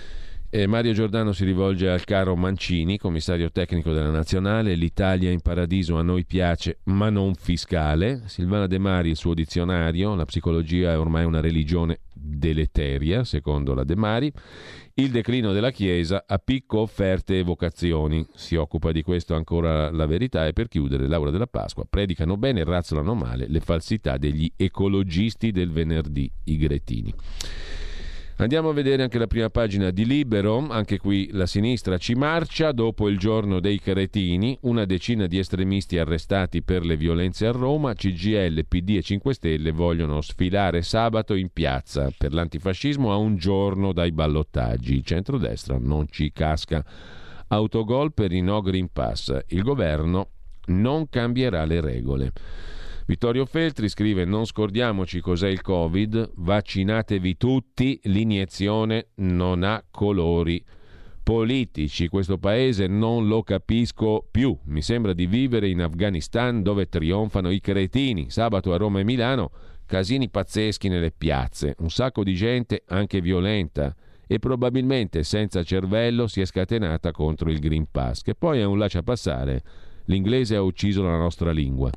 Mario Giordano si rivolge al caro Mancini, commissario tecnico della Nazionale: l'Italia in paradiso a noi piace, ma non fiscale. Silvana De Mari, il suo dizionario: la psicologia è ormai una religione deleteria, secondo la De Mari. Il declino della Chiesa a picco offerte e vocazioni. Si occupa di questo ancora la Verità. E per chiudere, Laura Della Pasqua: predicano bene e razzolano male le falsità degli ecologisti del venerdì, i gretini. Andiamo a vedere anche la prima pagina di Libero. Anche qui la sinistra ci marcia. Dopo il giorno dei cretini, una decina di estremisti arrestati per le violenze a Roma. CGIL, PD e 5 Stelle vogliono sfilare sabato in piazza per l'antifascismo a un giorno dai ballottaggi. Il centrodestra non ci casca. Autogol per i no Green Pass. Il governo non cambierà le regole. Vittorio Feltri scrive: non scordiamoci cos'è il Covid, vaccinatevi tutti, l'iniezione non ha colori politici, questo paese non lo capisco più, mi sembra di vivere in Afghanistan dove trionfano i cretini. Sabato a Roma e Milano, casini pazzeschi nelle piazze, un sacco di gente anche violenta e probabilmente senza cervello si è scatenata contro il Green Pass, che poi è un lasciapassare. L'inglese ha ucciso la nostra lingua,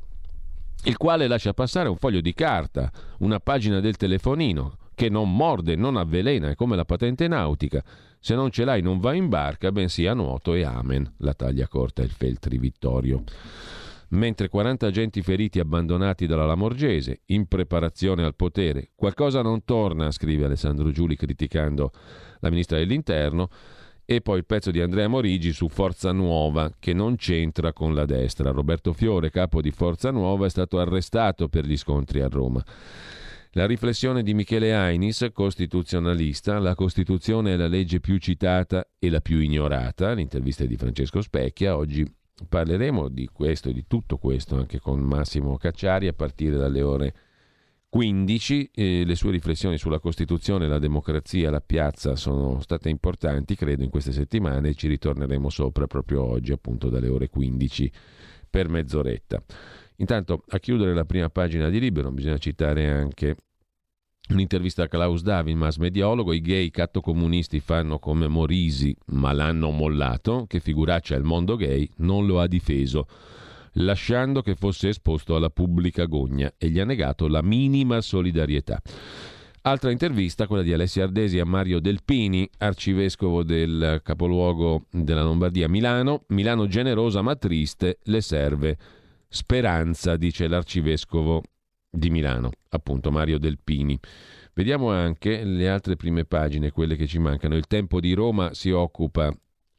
il quale lascia passare un foglio di carta, una pagina del telefonino, che non morde, non avvelena, è come la patente nautica. Se non ce l'hai non vai in barca, bensì a nuoto e amen. La taglia corta il Feltri Vittorio. Mentre 40 agenti feriti abbandonati dalla Lamorgese, in preparazione al potere. Qualcosa non torna, scrive Alessandro Giuli criticando la ministra dell'Interno. E poi il pezzo di Andrea Morigi su Forza Nuova, che non c'entra con la destra. Roberto Fiore, capo di Forza Nuova, è stato arrestato per gli scontri a Roma. La riflessione di Michele Ainis, costituzionalista: la Costituzione è la legge più citata e la più ignorata. L'intervista è di Francesco Specchia. Oggi parleremo di questo e di tutto questo anche con Massimo Cacciari a partire dalle ore 15. Le sue riflessioni sulla Costituzione, la democrazia, la piazza sono state importanti, credo, in queste settimane, e ci ritorneremo sopra proprio oggi, appunto dalle ore 15 per mezz'oretta. Intanto, a chiudere la prima pagina di Libero, bisogna citare anche un'intervista a Klaus Davin, mass mediologo. I gay cattocomunisti fanno come Morisi, ma l'hanno mollato. Che figuraccia, il mondo gay non lo ha difeso, lasciando che fosse esposto alla pubblica gogna, e gli ha negato la minima solidarietà. Altra intervista, quella di Alessia Ardesi a Mario Delpini, arcivescovo del capoluogo della Lombardia, Milano. Milano generosa ma triste, le serve speranza, dice l'arcivescovo di Milano, appunto Mario Delpini. Vediamo anche le altre prime pagine, quelle che ci mancano. Il Tempo di Roma si occupa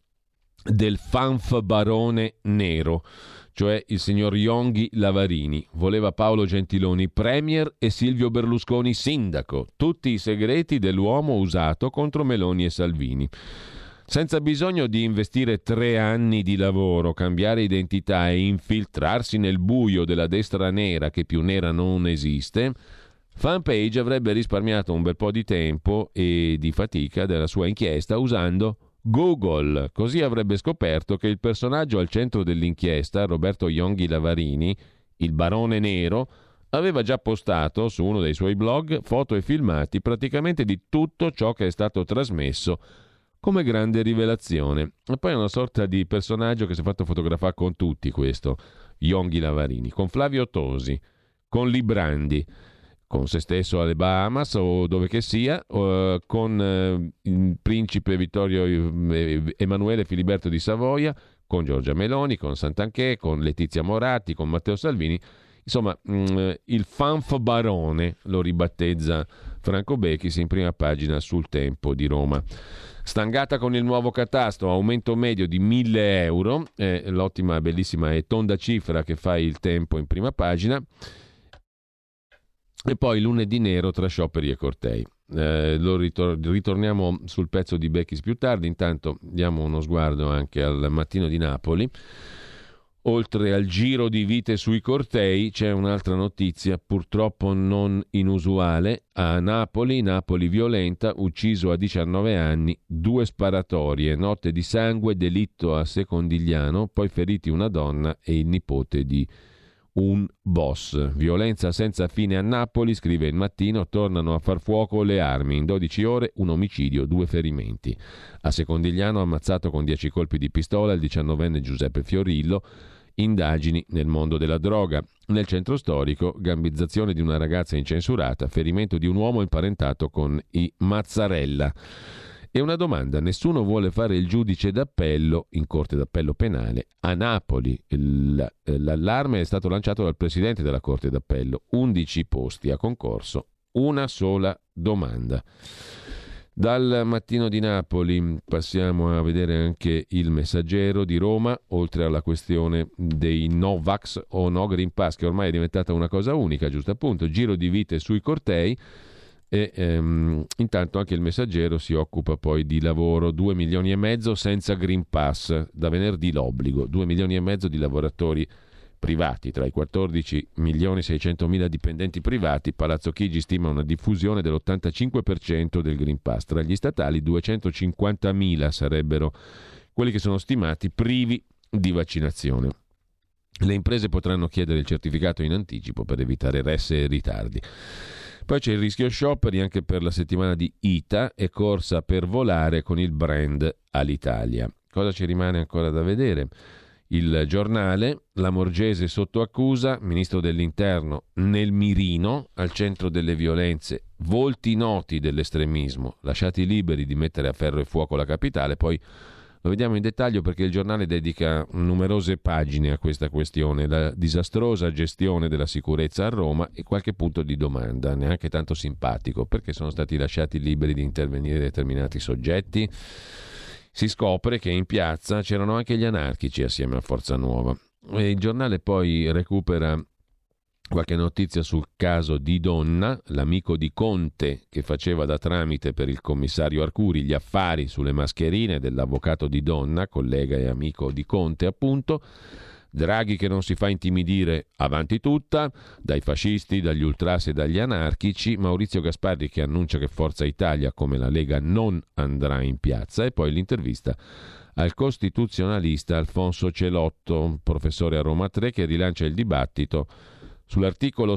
del fanfarone nero, cioè il signor Yonghi Lavarini. Voleva Paolo Gentiloni premier e Silvio Berlusconi sindaco. Tutti i segreti dell'uomo usato contro Meloni e Salvini. Senza bisogno di investire 3 anni di lavoro, cambiare identità e infiltrarsi nel buio della destra nera, che più nera non esiste, Fanpage avrebbe risparmiato un bel po' di tempo e di fatica della sua inchiesta usando Google. Così avrebbe scoperto che il personaggio al centro dell'inchiesta, Roberto Yonghi Lavarini, il barone nero, aveva già postato su uno dei suoi blog foto e filmati praticamente di tutto ciò che è stato trasmesso come grande rivelazione. E poi è una sorta di personaggio che si è fatto fotografare con tutti, questo Yonghi Lavarini, con Flavio Tosi, con Librandi, con se stesso alle Bahamas o dove che sia, con il principe Vittorio Emanuele Filiberto di Savoia, con Giorgia Meloni, con Santanchè, con Letizia Moratti, con Matteo Salvini. Insomma, il fanfarone lo ribattezza Franco Bechis in prima pagina sul Tempo di Roma. Stangata con il nuovo catasto, aumento medio di 1.000 euro, l'ottima, bellissima e tonda cifra che fa il Tempo in prima pagina. E poi lunedì nero tra scioperi e cortei. Ritorniamo sul pezzo di Bechis più tardi. Intanto diamo uno sguardo anche al Mattino di Napoli. Oltre al giro di vite sui cortei c'è un'altra notizia purtroppo non inusuale. A Napoli violenta, ucciso a 19 anni, 2 sparatorie, notte di sangue, delitto a Secondigliano, poi feriti una donna e il nipote di un boss. Violenza senza fine a Napoli, scrive il Mattino, tornano a far fuoco le armi. In 12 ore un omicidio, 2 ferimenti. A Secondigliano ammazzato con 10 colpi di pistola il 19enne Giuseppe Fiorillo. Indagini nel mondo della droga. Nel centro storico, gambizzazione di una ragazza incensurata, ferimento di un uomo imparentato con i Mazzarella. E una domanda: nessuno vuole fare il giudice d'appello in corte d'appello penale a Napoli. L'allarme è stato lanciato dal presidente della corte d'appello. 11 posti a concorso, una sola domanda. Dal Mattino di Napoli passiamo a vedere anche il Messaggero di Roma, oltre alla questione dei no vax o no Green Pass, che ormai è diventata una cosa unica, giusto appunto, giro di vite sui cortei. E intanto anche il Messaggero si occupa poi di lavoro. 2 milioni e mezzo senza Green Pass, da venerdì l'obbligo. 2 milioni e mezzo di lavoratori privati. Tra i 14.600.000 dipendenti privati, Palazzo Chigi stima una diffusione dell'85% del Green Pass. Tra gli statali 250.000 sarebbero quelli che sono stimati privi di vaccinazione. Le imprese potranno chiedere il certificato in anticipo per evitare resse e ritardi. Poi c'è il rischio scioperi anche per la settimana di ITA e corsa per volare con il brand Alitalia. Cosa ci rimane ancora da vedere? Il Giornale, Lamorgese sotto accusa, ministro dell'Interno nel mirino, al centro delle violenze, volti noti dell'estremismo, lasciati liberi di mettere a ferro e fuoco la capitale. Poi lo vediamo in dettaglio perché il Giornale dedica numerose pagine a questa questione, la disastrosa gestione della sicurezza a Roma e qualche punto di domanda, neanche tanto simpatico, perché sono stati lasciati liberi di intervenire determinati soggetti. Si scopre che in piazza c'erano anche gli anarchici assieme a Forza Nuova. E il Giornale poi recupera Qualche notizia sul caso Di Donna, l'amico di Conte che faceva da tramite per il commissario Arcuri gli affari sulle mascherine dell'avvocato Di Donna, collega e amico di Conte appunto. Draghi che non si fa intimidire, avanti tutta, dai fascisti, dagli ultras e dagli anarchici. Maurizio Gasparri che annuncia che Forza Italia come la Lega non andrà in piazza. E poi l'intervista al costituzionalista Alfonso Celotto, professore a Roma 3, che rilancia il dibattito sull'articolo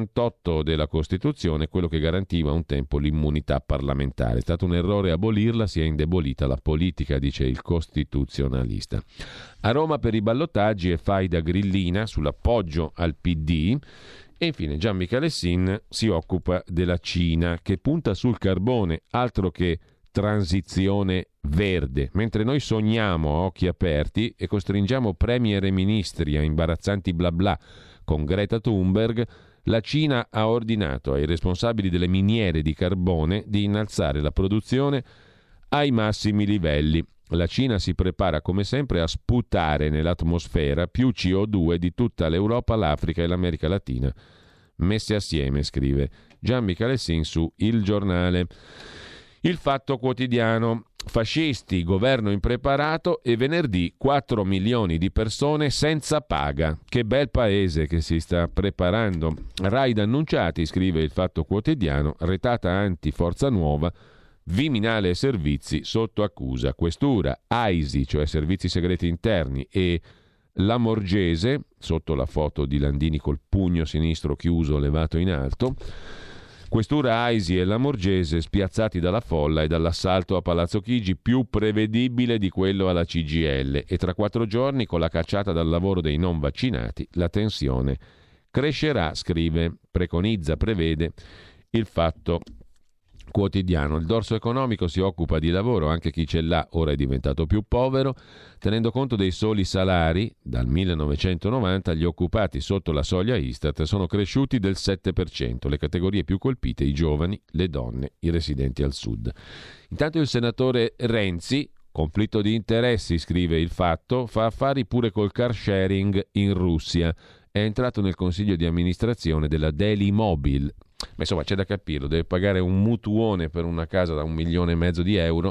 68 della Costituzione, quello che garantiva un tempo l'immunità parlamentare. È stato un errore abolirla, si è indebolita la politica, dice il costituzionalista. A Roma per i ballottaggi e faida grillina sull'appoggio al PD. E infine Gian Michalessin si occupa della Cina, che punta sul carbone, altro che transizione verde. Mentre noi sogniamo a occhi aperti e costringiamo premier e ministri a imbarazzanti bla bla con Greta Thunberg, la Cina ha ordinato ai responsabili delle miniere di carbone di innalzare la produzione ai massimi livelli. La Cina si prepara come sempre a sputare nell'atmosfera più CO2 di tutta l'Europa, l'Africa e l'America Latina messe assieme, scrive Gian Michalessin su Il Giornale. Il Fatto Quotidiano: fascisti, governo impreparato e venerdì 4 milioni di persone senza paga. Che bel paese che si sta preparando. Raid annunciati, scrive Il Fatto Quotidiano, retata anti-Forza Nuova, Viminale e Servizi sotto accusa. Questura, AISI, cioè Servizi Segreti Interni, e Lamorgese, sotto la foto di Landini col pugno sinistro chiuso levato in alto. Questura, AISI e Lamorgese spiazzati dalla folla e dall'assalto a Palazzo Chigi, più prevedibile di quello alla CGIL, e tra 4 giorni, con la cacciata dal lavoro dei non vaccinati, la tensione crescerà, scrive, preconizza, prevede Il Fatto Quotidiano. Il dorso economico si occupa di lavoro, anche chi ce l'ha ora è diventato più povero. Tenendo conto dei soli salari, dal 1990 gli occupati sotto la soglia Istat sono cresciuti del 7%, le categorie più colpite i giovani, le donne, i residenti al sud. Intanto il senatore Renzi, conflitto di interessi, scrive Il Fatto, fa affari pure col car sharing in Russia, è entrato nel consiglio di amministrazione della Dailymobil. Ma insomma c'è da capirlo, deve pagare un mutuone per una casa da 1,5 milioni di euro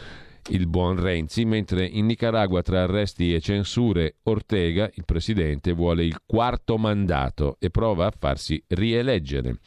il buon Renzi, mentre in Nicaragua tra arresti e censure Ortega, il presidente, vuole il 4º mandato e prova a farsi rieleggere.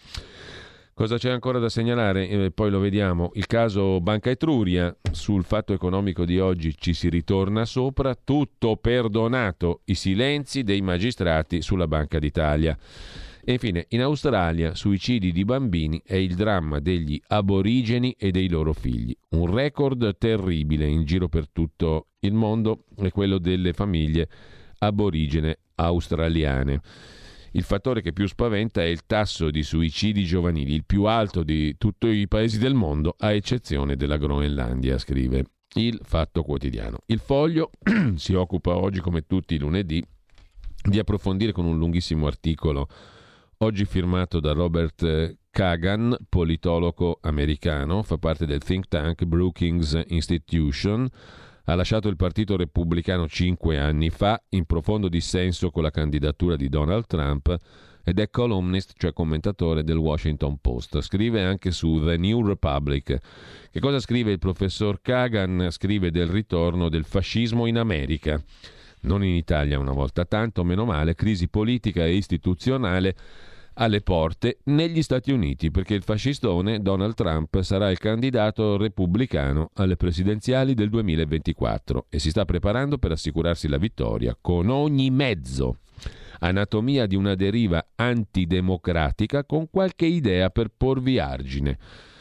Cosa c'è ancora da segnalare? Poi lo vediamo. Il caso Banca Etruria, sul Fatto Economico di oggi ci si ritorna sopra, tutto perdonato, i silenzi dei magistrati sulla Banca d'Italia. E infine, in Australia, suicidi di bambini è il dramma degli aborigeni e dei loro figli. Un record terribile in giro per tutto il mondo è quello delle famiglie aborigene australiane. Il fattore che più spaventa è il tasso di suicidi giovanili, il più alto di tutti i paesi del mondo, a eccezione della Groenlandia, scrive Il Fatto Quotidiano. Il Foglio si occupa oggi, come tutti i lunedì, di approfondire con un lunghissimo articolo oggi firmato da Robert Kagan, politologo americano, fa parte del think tank Brookings Institution, ha lasciato il Partito Repubblicano 5 anni fa, in profondo dissenso con la candidatura di Donald Trump, ed è columnist, cioè commentatore del Washington Post. Scrive anche su The New Republic. Che cosa scrive il professor Kagan? Scrive del ritorno del fascismo in America. Non in Italia una volta tanto, meno male, crisi politica e istituzionale alle porte negli Stati Uniti, perché il fascistone Donald Trump sarà il candidato repubblicano alle presidenziali del 2024 e si sta preparando per assicurarsi la vittoria con ogni mezzo. Anatomia di una deriva antidemocratica con qualche idea per porvi argine.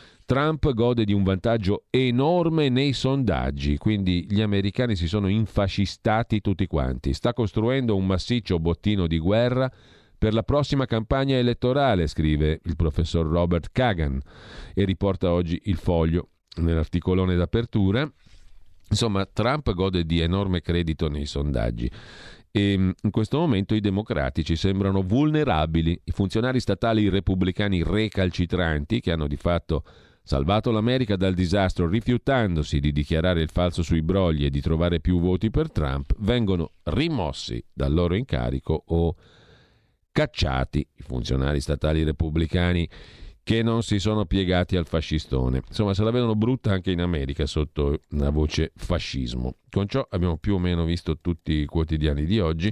Trump gode di un vantaggio enorme nei sondaggi, quindi gli americani si sono infascistati tutti quanti. Sta costruendo un massiccio bottino di guerra per la prossima campagna elettorale, scrive il professor Robert Kagan e riporta oggi Il Foglio nell'articolone d'apertura. Insomma, Trump gode di enorme credito nei sondaggi e in questo momento i democratici sembrano vulnerabili. I funzionari statali repubblicani recalcitranti, che hanno di fatto salvato l'America dal disastro rifiutandosi di dichiarare il falso sui brogli e di trovare più voti per Trump, vengono rimossi dal loro incarico o cacciati i funzionari statali repubblicani che non si sono piegati al fascistone. Insomma, se la vedono brutta anche in America sotto la voce fascismo. Con ciò abbiamo più o meno visto tutti i quotidiani di oggi.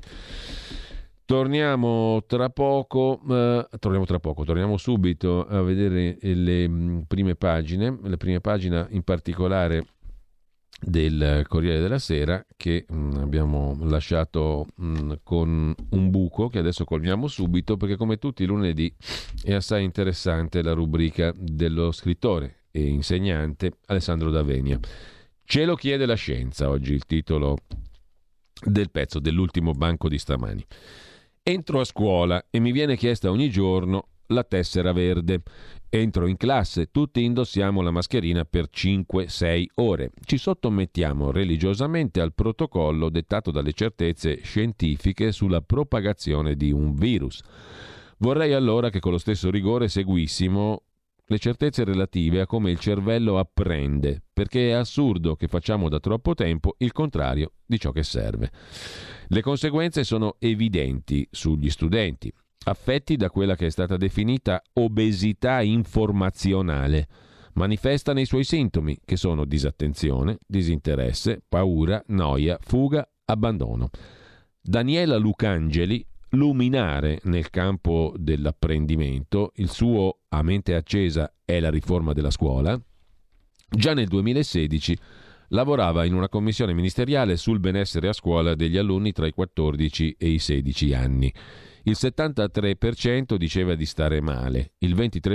Torniamo tra poco, torniamo subito a vedere le prime pagine in particolare del Corriere della Sera, che abbiamo lasciato con un buco che adesso colmiamo subito, perché come tutti i lunedì è assai interessante la rubrica dello scrittore e insegnante Alessandro D'Avenia. Ce lo chiede la scienza, oggi il titolo del pezzo dell'ultimo banco di stamani. Entro a scuola e mi viene chiesta ogni giorno la tessera verde. Entro in classe, tutti indossiamo la mascherina per 5-6 ore. Ci sottomettiamo religiosamente al protocollo dettato dalle certezze scientifiche sulla propagazione di un virus. Vorrei allora che con lo stesso rigore seguissimo le certezze relative a come il cervello apprende, perché è assurdo che facciamo da troppo tempo il contrario di ciò che serve. Le conseguenze sono evidenti sugli studenti, affetti da quella che è stata definita obesità informazionale. Manifestano i suoi sintomi, che sono disattenzione, disinteresse, paura, noia, fuga, abbandono. Daniela Lucangeli, luminare nel campo dell'apprendimento, il suo a mente accesa è la riforma della scuola, già nel 2016 lavorava in una commissione ministeriale sul benessere a scuola degli alunni tra i 14 e i 16 anni. Il 73% diceva di stare male, il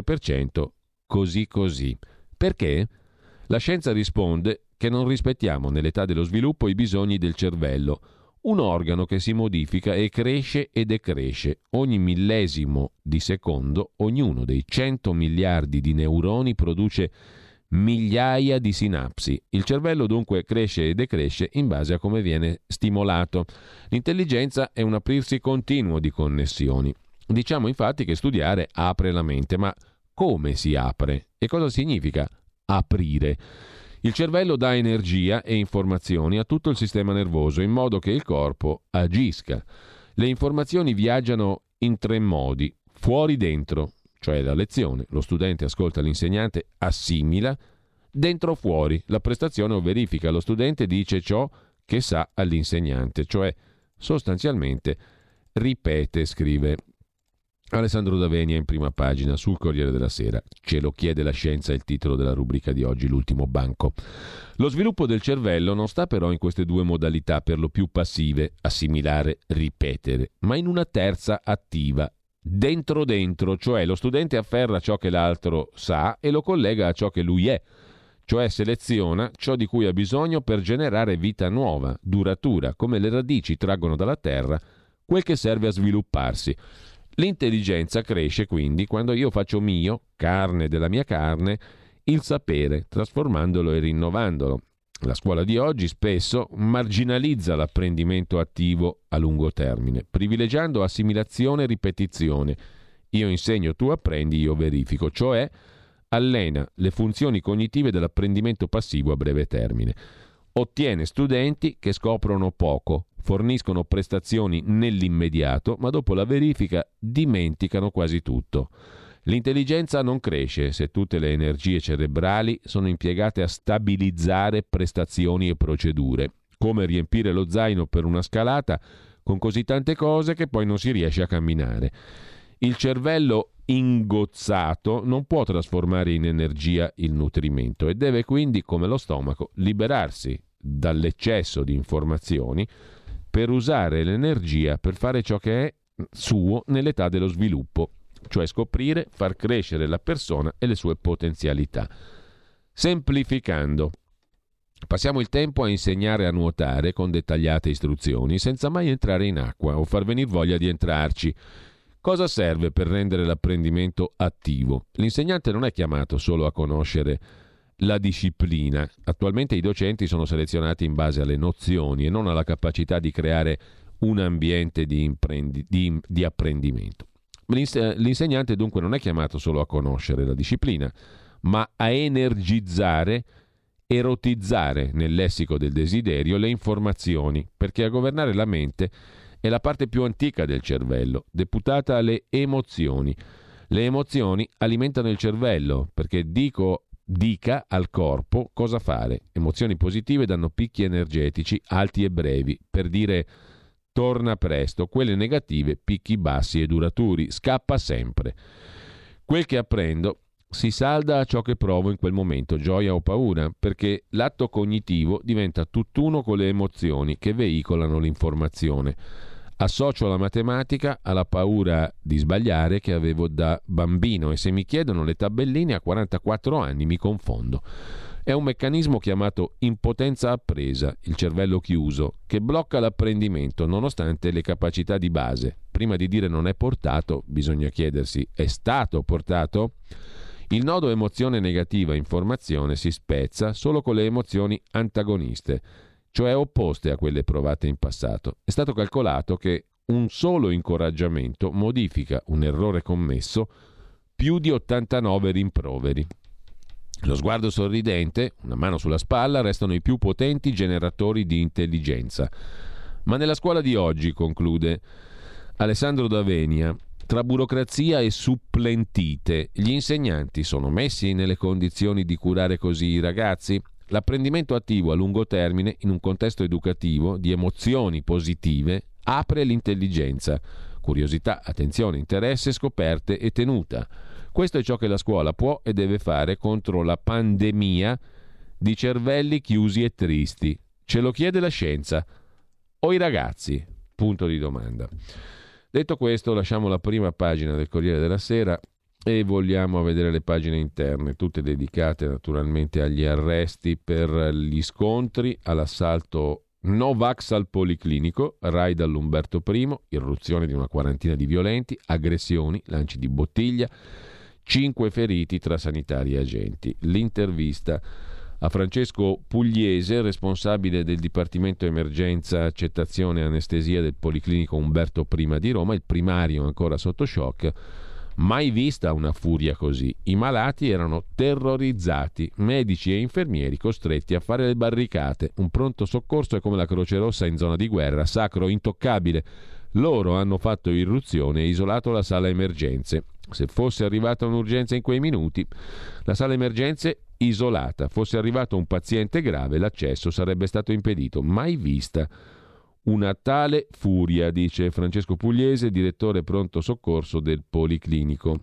23% così così. Perché? La scienza risponde che non rispettiamo nell'età dello sviluppo i bisogni del cervello, un organo che si modifica e cresce e decresce. Ogni millesimo di secondo, ognuno dei 100 miliardi di neuroni produce migliaia di sinapsi. Il cervello dunque cresce e decresce in base a come viene stimolato. L'intelligenza è un aprirsi continuo di connessioni. Diciamo infatti che studiare apre la mente, ma come si apre? E cosa significa aprire? Il cervello dà energia e informazioni a tutto il sistema nervoso in modo che il corpo agisca. Le informazioni viaggiano in 3 modi: fuori dentro, cioè la lezione, lo studente ascolta l'insegnante, assimila; dentro fuori, la prestazione o verifica, lo studente dice ciò che sa all'insegnante, cioè sostanzialmente ripete, scrive Alessandro D'Avenia in prima pagina sul Corriere della Sera. Ce lo chiede la scienza, è il titolo della rubrica di oggi, l'ultimo banco. Lo sviluppo del cervello non sta però in queste 2 modalità per lo più passive, assimilare, ripetere, ma in una terza attiva, dentro, cioè lo studente afferra ciò che l'altro sa e lo collega a ciò che lui è, cioè seleziona ciò di cui ha bisogno per generare vita nuova, duratura, come le radici traggono dalla terra quel che serve a svilupparsi. L'intelligenza cresce quindi quando io faccio mio, carne della mia carne, il sapere, trasformandolo e rinnovandolo. La scuola di oggi spesso marginalizza l'apprendimento attivo a lungo termine, privilegiando assimilazione e ripetizione. Io insegno, tu apprendi, io verifico, cioè allena le funzioni cognitive dell'apprendimento passivo a breve termine. Ottiene studenti che scoprono poco, forniscono prestazioni nell'immediato, ma dopo la verifica dimenticano quasi tutto. L'intelligenza non cresce se tutte le energie cerebrali sono impiegate a stabilizzare prestazioni e procedure, come riempire lo zaino per una scalata con così tante cose che poi non si riesce a camminare. Il cervello ingozzato non può trasformare in energia il nutrimento e deve quindi, come lo stomaco, liberarsi dall'eccesso di informazioni per usare l'energia per fare ciò che è suo nell'età dello sviluppo, cioè scoprire, far crescere la persona e le sue potenzialità. Semplificando, passiamo il tempo a insegnare a nuotare con dettagliate istruzioni senza mai entrare in acqua o far venir voglia di entrarci. Cosa serve per rendere l'apprendimento attivo? L'insegnante non è chiamato solo a conoscere la disciplina. Attualmente i docenti sono selezionati in base alle nozioni e non alla capacità di creare un ambiente di apprendimento. L'insegnante dunque non è chiamato solo a conoscere la disciplina, ma a energizzare, erotizzare nel lessico del desiderio le informazioni, perché a governare la mente È la parte più antica del cervello, deputata alle emozioni. Le emozioni alimentano il cervello perché dica al corpo cosa fare. Emozioni positive danno picchi energetici alti e brevi, per dire torna presto. Quelle negative, picchi bassi e duraturi. Scappa sempre. Quel che apprendo si salda a ciò che provo in quel momento, gioia o paura, perché l'atto cognitivo diventa tutt'uno con le emozioni che veicolano l'informazione. Associo la matematica alla paura di sbagliare che avevo da bambino e se mi chiedono le tabelline a 44 anni mi confondo. È un meccanismo chiamato impotenza appresa, il cervello chiuso, che blocca l'apprendimento nonostante le capacità di base. Prima di dire non è portato, bisogna chiedersi: è stato portato? Il nodo emozione negativa informazione si spezza solo con le emozioni antagoniste, cioè opposte a quelle provate in passato. È stato calcolato che un solo incoraggiamento modifica un errore commesso più di 89 rimproveri. Lo sguardo sorridente, una mano sulla spalla, restano i più potenti generatori di intelligenza. Ma nella scuola di oggi, conclude Alessandro D'Avenia, tra burocrazia e supplentite, gli insegnanti sono messi nelle condizioni di curare così i ragazzi? L'apprendimento attivo a lungo termine, in un contesto educativo di emozioni positive, apre l'intelligenza, curiosità, attenzione, interesse, scoperte e tenuta. Questo è ciò che la scuola può e deve fare contro la pandemia di cervelli chiusi e tristi. Ce lo chiede la scienza o i ragazzi? Punto di domanda. Detto questo, lasciamo la prima pagina del Corriere della Sera e vogliamo vedere le pagine interne, tutte dedicate naturalmente agli arresti per gli scontri, all'assalto Novax al Policlinico, raid all'Umberto I, irruzione di una quarantina di violenti, aggressioni, lanci di bottiglia, 5 feriti tra sanitari e agenti. L'intervista a Francesco Pugliese, responsabile del Dipartimento Emergenza, Accettazione e Anestesia del Policlinico Umberto I di Roma, il primario ancora sotto shock. Mai vista una furia così. I malati erano terrorizzati, medici e infermieri costretti a fare le barricate. Un pronto soccorso è come la Croce Rossa in zona di guerra, sacro, intoccabile. Loro hanno fatto irruzione e isolato la sala emergenze. Se fosse arrivata un'urgenza in quei minuti, la sala emergenze isolata, fosse arrivato un paziente grave, l'accesso sarebbe stato impedito. Mai vista una tale furia, dice Francesco Pugliese, direttore pronto soccorso del Policlinico.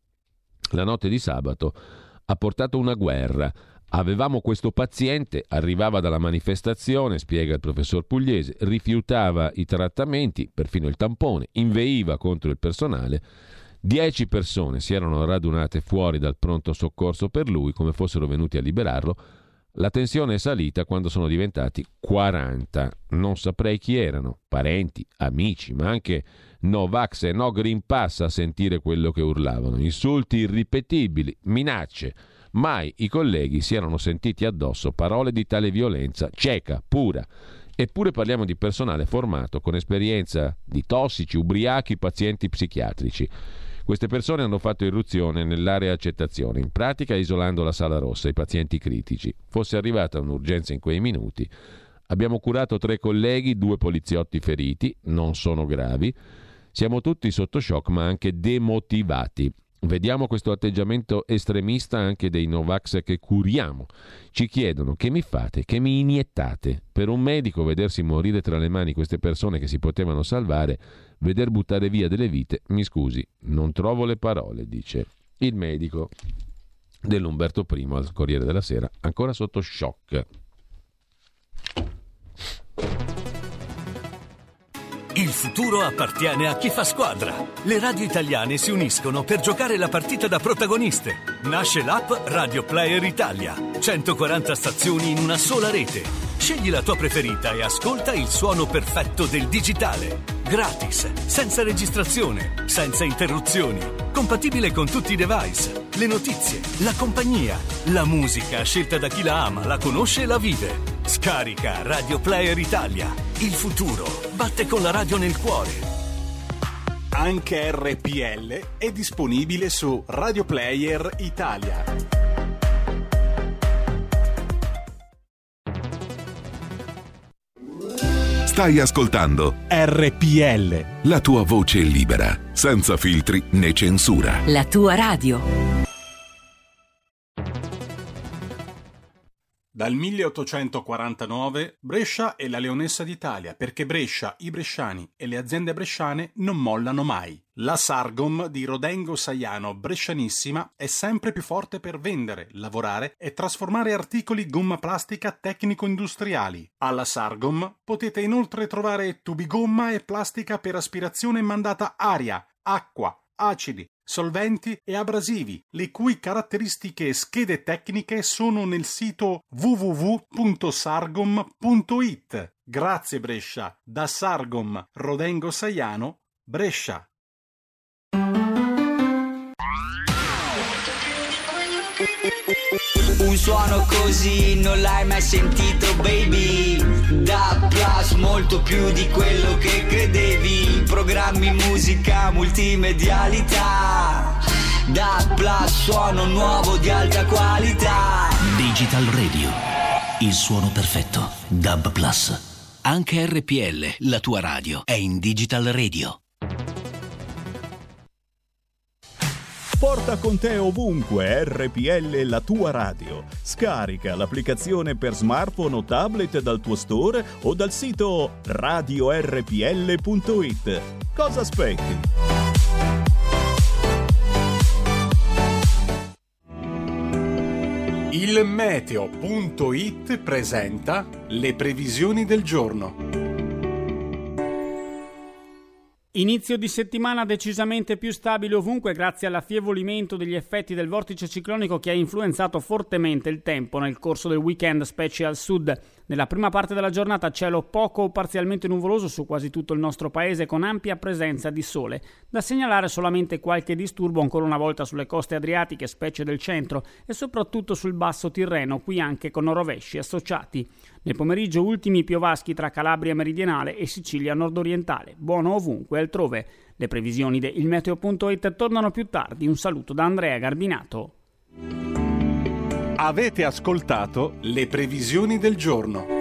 La notte di sabato ha portato una guerra. Avevamo questo paziente, arrivava dalla manifestazione, spiega il professor Pugliese, rifiutava i trattamenti, perfino il tampone, inveiva contro il personale. 10 persone si erano radunate fuori dal pronto soccorso per lui, come fossero venuti a liberarlo. La tensione è salita quando sono diventati 40. Non saprei chi erano, parenti, amici, ma anche no vax e no Green Pass a sentire quello che urlavano. Insulti irripetibili, minacce. Mai i colleghi si erano sentiti addosso parole di tale violenza cieca, pura. Eppure parliamo di personale formato con esperienza di tossici, ubriachi, pazienti psichiatrici. Queste persone hanno fatto irruzione nell'area accettazione, in pratica isolando la sala rossa, i pazienti critici. Fosse arrivata un'urgenza in quei minuti. Abbiamo curato 3 colleghi, 2 poliziotti feriti, non sono gravi. Siamo tutti sotto shock ma anche demotivati. Vediamo questo atteggiamento estremista anche dei Novax che curiamo. Ci chiedono: che mi fate, che mi iniettate? Per un medico vedersi morire tra le mani queste persone che si potevano salvare, veder buttare via delle vite, mi scusi, non trovo le parole, dice il medico dell'Umberto I al Corriere della Sera, ancora sotto shock. Il futuro appartiene a chi fa squadra. Le radio italiane si uniscono per giocare la partita da protagoniste. Nasce l'app Radio Player Italia. 140 stazioni in una sola rete. Scegli la tua preferita e ascolta il suono perfetto del digitale. Gratis, senza registrazione, senza interruzioni. Compatibile con tutti i device. Le notizie, la compagnia, la musica scelta da chi la ama, la conosce e la vive. Scarica Radio Player Italia. Il futuro batte con la radio nel cuore. Anche RPL è disponibile su Radio Player Italia. Stai ascoltando RPL. la tua voce libera, senza filtri né censura. La tua radio. Dal 1849 Brescia è la leonessa d'Italia, perché Brescia, i bresciani e le aziende bresciane non mollano mai. La Sargom di Rodengo Saiano, brescianissima, è sempre più forte per vendere, lavorare e trasformare articoli gomma plastica tecnico-industriali. Alla Sargom potete inoltre trovare tubi gomma e plastica per aspirazione mandata aria, acqua, acidi, solventi e abrasivi, le cui caratteristiche e schede tecniche sono nel sito www.sargom.it. Grazie Brescia, da Sargom Rodengo Saiano, Brescia. Un suono così non l'hai mai sentito, baby. Da Plus, molto più di quello che credevi. Programmi, musica, multimedialità. Da Plus, suono nuovo di alta qualità. Digital Radio, il suono perfetto. DAB Plus. Anche RPL, la tua radio, è in Digital Radio. Porta con te ovunque RPL, la tua radio. Scarica l'applicazione per smartphone o tablet dal tuo store o dal sito radiorpl.it. Cosa aspetti? Il meteo.it presenta le previsioni del giorno. Inizio di settimana decisamente più stabile ovunque grazie all'affievolimento degli effetti del vortice ciclonico che ha influenzato fortemente il tempo nel corso del weekend, specie al sud. Nella prima parte della giornata cielo poco o parzialmente nuvoloso su quasi tutto il nostro paese con ampia presenza di sole. Da segnalare solamente qualche disturbo ancora una volta sulle coste adriatiche, specie del centro, e soprattutto sul basso Tirreno, qui anche con rovesci associati. Nel pomeriggio ultimi piovaschi tra Calabria meridionale e Sicilia nordorientale. Buono ovunque altrove. Le previsioni di ilmeteo.it tornano più tardi. Un saluto da Andrea Garbinato. Avete ascoltato le previsioni del giorno.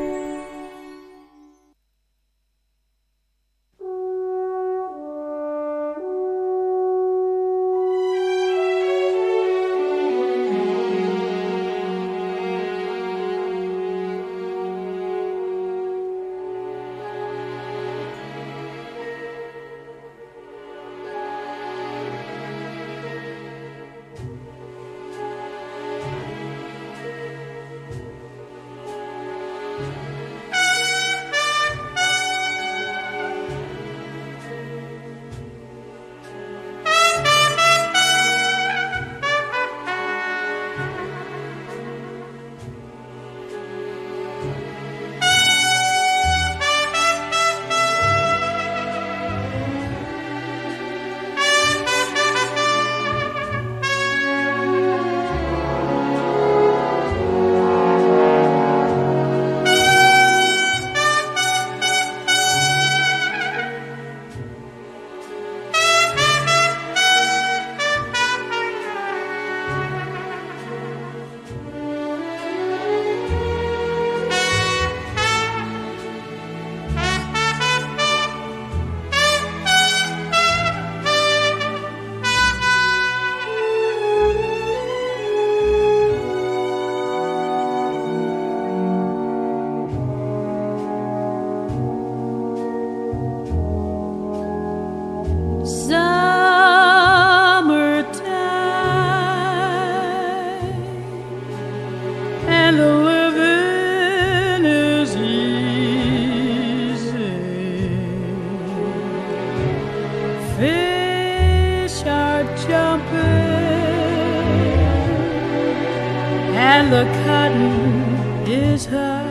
And the cotton is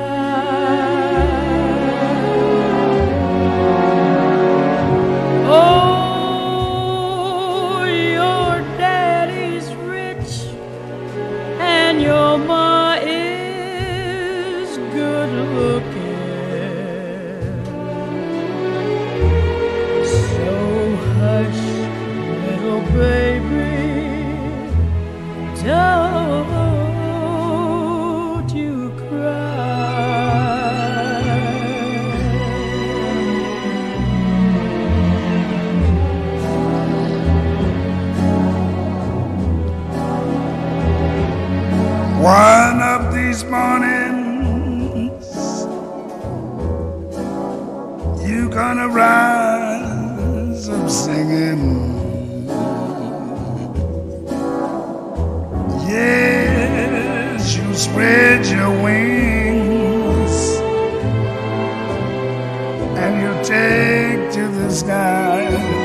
high. Oh, your daddy's rich and your ma is good looking. So hush, little baby, don't you cry. you gonna rise up singing. Yes, you spread your wings and you take to the sky.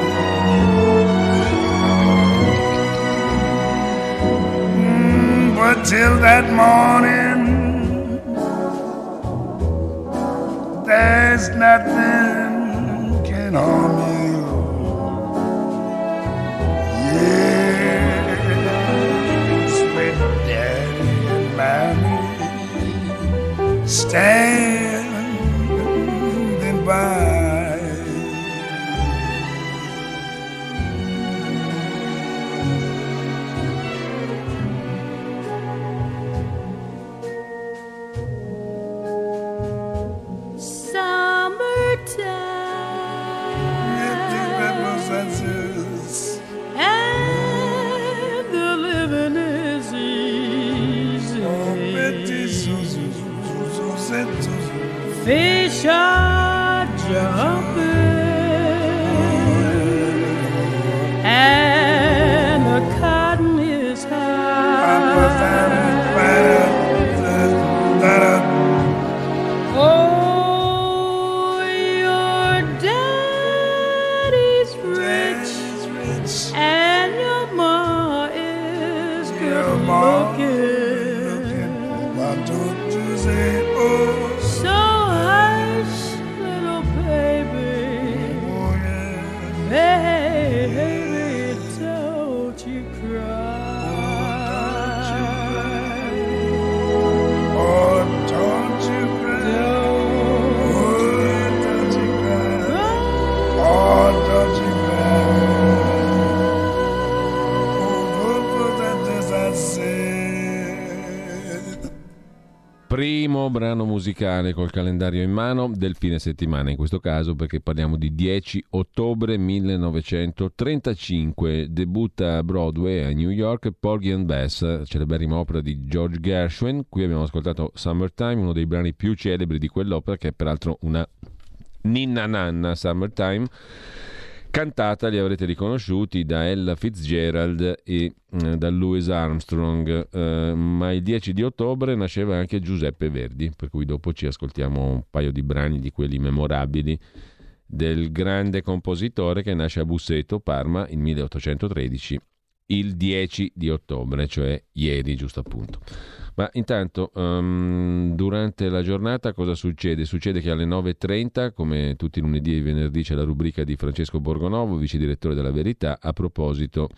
But till that morning, there's nothing can harm you. Yes, with Daddy and Mommy standing by. Fish are jumping and the cotton is high. Oh, your daddy's rich and your ma is good looking. Why don't you say, oh? Baby, don't you cry. Oh, don't you cry. Oh, don't you cry. Oh, don't you cry. Oh, that I said. Primo brano musicale col calendario in mano del fine settimana, in questo caso perché parliamo di 10 ottobre 1935. Debutta a Broadway a New York Porgy and Bess, celeberrima opera di George Gershwin. Qui abbiamo ascoltato Summertime, uno dei brani più celebri di quell'opera, che è peraltro una ninna nanna. Summertime, cantata, li avrete riconosciuti, da Ella Fitzgerald e da Louis Armstrong, ma il 10 di ottobre nasceva anche Giuseppe Verdi, per cui dopo ci ascoltiamo un paio di brani di quelli memorabili del grande compositore che nasce a Busseto, Parma, il 1813, il 10 di ottobre, cioè ieri, giusto appunto. Ma intanto, durante la giornata cosa succede? Succede che alle 9.30, come tutti i lunedì e i venerdì, c'è la rubrica di Francesco Borgonovo, vice direttore della Verità, a proposito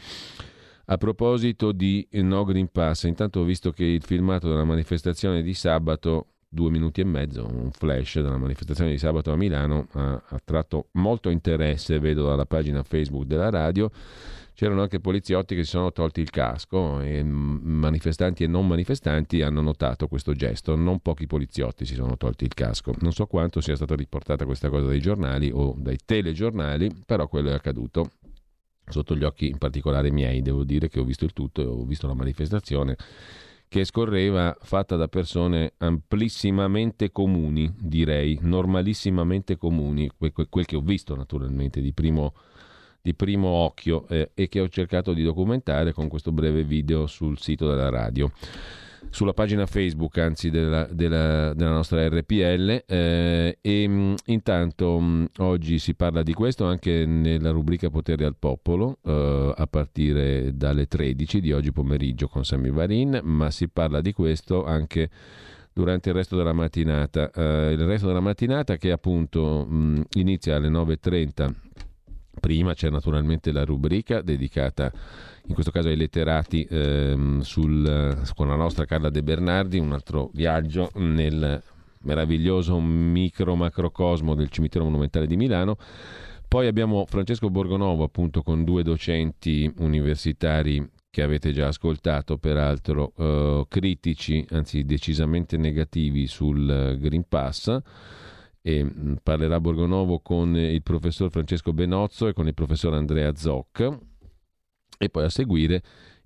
di No Green Pass. Intanto ho visto che il filmato della manifestazione di sabato, 2 minuti e mezzo, un flash della manifestazione di sabato a Milano, ha attratto molto interesse, vedo dalla pagina Facebook della radio. C'erano anche poliziotti che si sono tolti il casco e manifestanti e non manifestanti hanno notato questo gesto. Non pochi poliziotti si sono tolti il casco. Non so quanto sia stata riportata questa cosa dai giornali o dai telegiornali, però quello è accaduto sotto gli occhi in particolare miei. Devo dire che ho visto il tutto e ho visto la manifestazione che scorreva, fatta da persone amplissimamente comuni, direi, normalissimamente comuni, quel che ho visto naturalmente di primo occhio e che ho cercato di documentare con questo breve video sul sito della radio, sulla pagina Facebook anzi della nostra RPL, e intanto oggi si parla di questo anche nella rubrica Potere al Popolo, a partire dalle 13 di oggi pomeriggio con Sammy Varin, ma si parla di questo anche durante il resto della mattinata, che appunto inizia alle 9.30. Prima c'è naturalmente la rubrica dedicata in questo caso ai letterati, con la nostra Carla De Bernardi, un altro viaggio nel meraviglioso macrocosmo del cimitero monumentale di Milano. Poi abbiamo Francesco Borgonovo, appunto, con 2 docenti universitari che avete già ascoltato, peraltro critici, anzi decisamente negativi sul Green Pass. E parlerà Borgonovo con il professor Francesco Benozzo e con il professor Andrea Zoc, e poi a seguire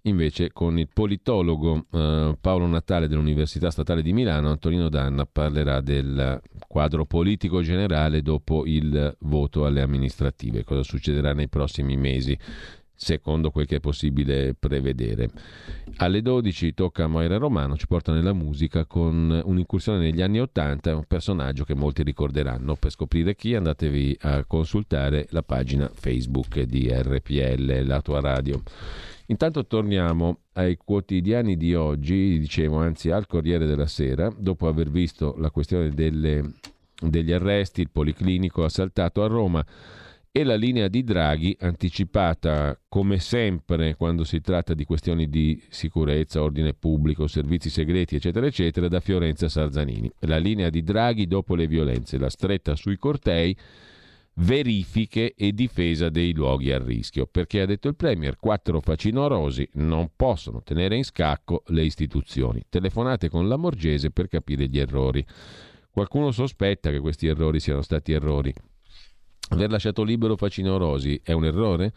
Invece con il politologo Paolo Natale dell'Università Statale di Milano, Antonino Danna parlerà del quadro politico generale dopo il voto alle amministrative, cosa succederà nei prossimi mesi, secondo quel che è possibile prevedere. Alle 12 tocca a Moira Romano, ci porta nella musica con un'incursione negli anni '80, un personaggio che molti ricorderanno. Per scoprire chi, andatevi a consultare la pagina Facebook di RPL, la tua radio. Intanto torniamo ai quotidiani di oggi, dicevo, anzi al Corriere della Sera, dopo aver visto la questione degli arresti, il Policlinico assaltato a Roma e la linea di Draghi anticipata come sempre quando si tratta di questioni di sicurezza, ordine pubblico, servizi segreti eccetera eccetera, da Fiorenza Sarzanini. La linea di Draghi dopo le violenze, la stretta sui cortei, verifiche e difesa dei luoghi a rischio, perché ha detto il Premier 4 facinorosi non possono tenere in scacco le istituzioni. Telefonate con Lamorgese per capire gli errori. Qualcuno sospetta che questi errori siano stati errori. Aver lasciato libero Facinorosi è un errore?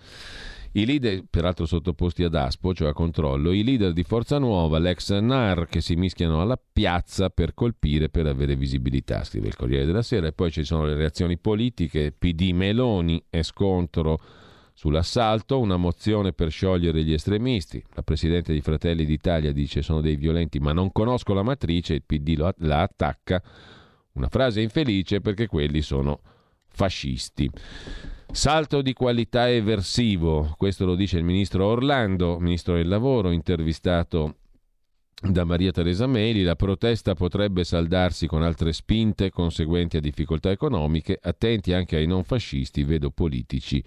I leader, peraltro sottoposti ad ASPO, cioè a controllo, i leader di Forza Nuova, l'ex NAR, che si mischiano alla piazza per colpire, per avere visibilità, scrive il Corriere della Sera. E poi ci sono le reazioni politiche, PD Meloni e scontro sull'assalto, una mozione per sciogliere gli estremisti. La Presidente di Fratelli d'Italia dice sono dei violenti ma non conosco la matrice, il PD la attacca, una frase infelice perché quelli sono fascisti. Salto di qualità eversivo, questo lo dice il ministro Orlando, ministro del lavoro, intervistato da Maria Teresa Meli. La protesta potrebbe saldarsi con altre spinte conseguenti a difficoltà economiche, attenti anche ai non fascisti, vedo politici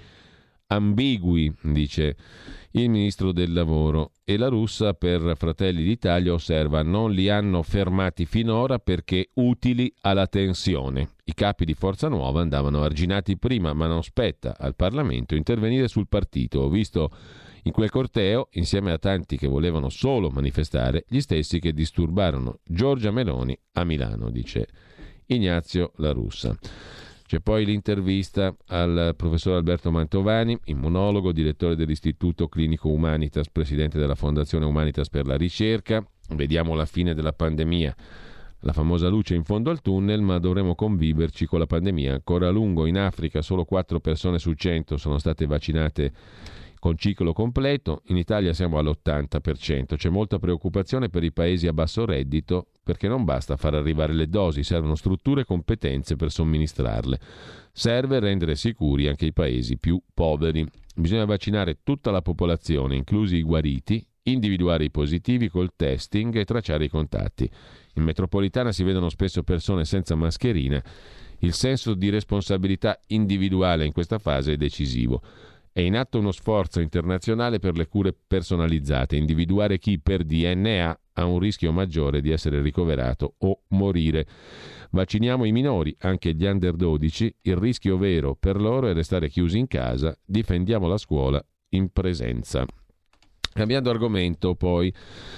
ambigui, dice il ministro del lavoro. E la Russa per Fratelli d'Italia osserva non li hanno fermati finora perché utili alla tensione. I capi di Forza Nuova andavano arginati prima, ma non spetta al Parlamento intervenire sul partito. Ho visto in quel corteo, insieme a tanti che volevano solo manifestare, gli stessi che disturbarono Giorgia Meloni a Milano, dice Ignazio La Russa. C'è poi l'intervista al professor Alberto Mantovani, immunologo, direttore dell'Istituto Clinico Humanitas, presidente della Fondazione Humanitas per la ricerca. Vediamo la fine della pandemia, la famosa luce in fondo al tunnel, ma dovremo conviverci con la pandemia ancora a lungo. In Africa solo 4 persone su 100 sono state vaccinate con ciclo completo, in Italia siamo all'80%. C'è molta preoccupazione per i paesi a basso reddito perché non basta far arrivare le dosi, servono strutture e competenze per somministrarle. Serve rendere sicuri anche i paesi più poveri. Bisogna vaccinare tutta la popolazione, inclusi i guariti, individuare i positivi col testing e tracciare i contatti. In metropolitana si vedono spesso persone senza mascherina. Il senso di responsabilità individuale in questa fase è decisivo. È in atto uno sforzo internazionale per le cure personalizzate, individuare chi per DNA ha un rischio maggiore di essere ricoverato o morire. Vacciniamo i minori, anche gli under 12, il rischio vero per loro è restare chiusi in casa, difendiamo la scuola in presenza. Cambiando argomento poi,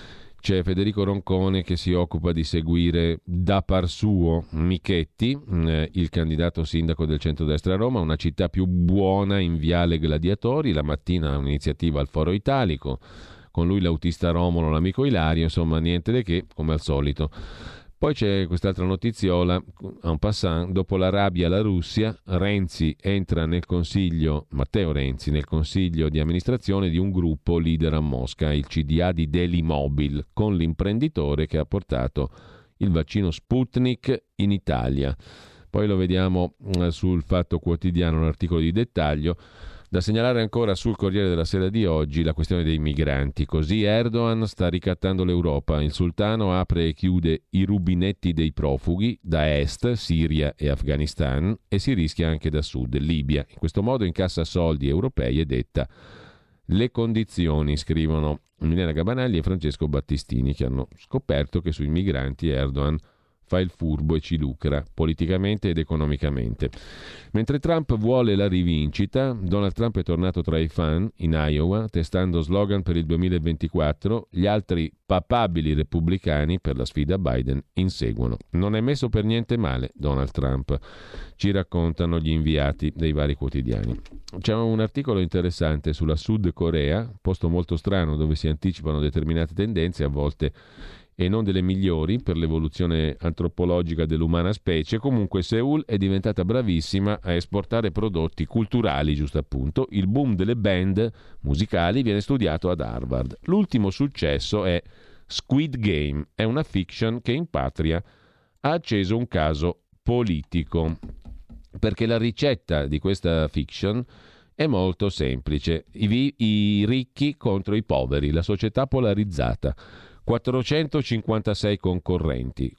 c'è Federico Roncone che si occupa di seguire da par suo Michetti, il candidato sindaco del centrodestra a Roma, una città più buona in Viale Gladiatori. La mattina un'iniziativa al Foro Italico, con lui l'autista Romolo, l'amico Ilario, insomma niente di che, come al solito. Poi c'è quest'altra notiziola, en passant, dopo la rabbia alla Russia, Renzi entra nel consiglio, Matteo Renzi, nel consiglio di amministrazione di un gruppo leader a Mosca, il CDA di Delimobil, con l'imprenditore che ha portato il vaccino Sputnik in Italia. Poi lo vediamo sul Fatto Quotidiano, un articolo di dettaglio. Da segnalare ancora sul Corriere della Sera di oggi la questione dei migranti. Così Erdogan sta ricattando l'Europa. Il sultano apre e chiude i rubinetti dei profughi da est, Siria e Afghanistan, e si rischia anche da sud, Libia. In questo modo incassa soldi europei e detta le condizioni, scrivono Milena Gabanelli e Francesco Battistini, che hanno scoperto che sui migranti Erdogan fa il furbo e ci lucra politicamente ed economicamente. Mentre Trump vuole la rivincita, Donald Trump è tornato tra i fan in Iowa testando slogan per il 2024, gli altri papabili repubblicani per la sfida Biden inseguono. Non è messo per niente male Donald Trump, ci raccontano gli inviati dei vari quotidiani. C'è un articolo interessante sulla Sud Corea, posto molto strano dove si anticipano determinate tendenze a volte e non delle migliori per l'evoluzione antropologica dell'umana specie. Comunque Seoul è diventata bravissima a esportare prodotti culturali, giusto appunto. Il boom delle band musicali viene studiato ad Harvard. L'ultimo successo è Squid Game, è una fiction che in patria ha acceso un caso politico, perché la ricetta di questa fiction è molto semplice. I ricchi contro i poveri, la società polarizzata. 456 concorrenti,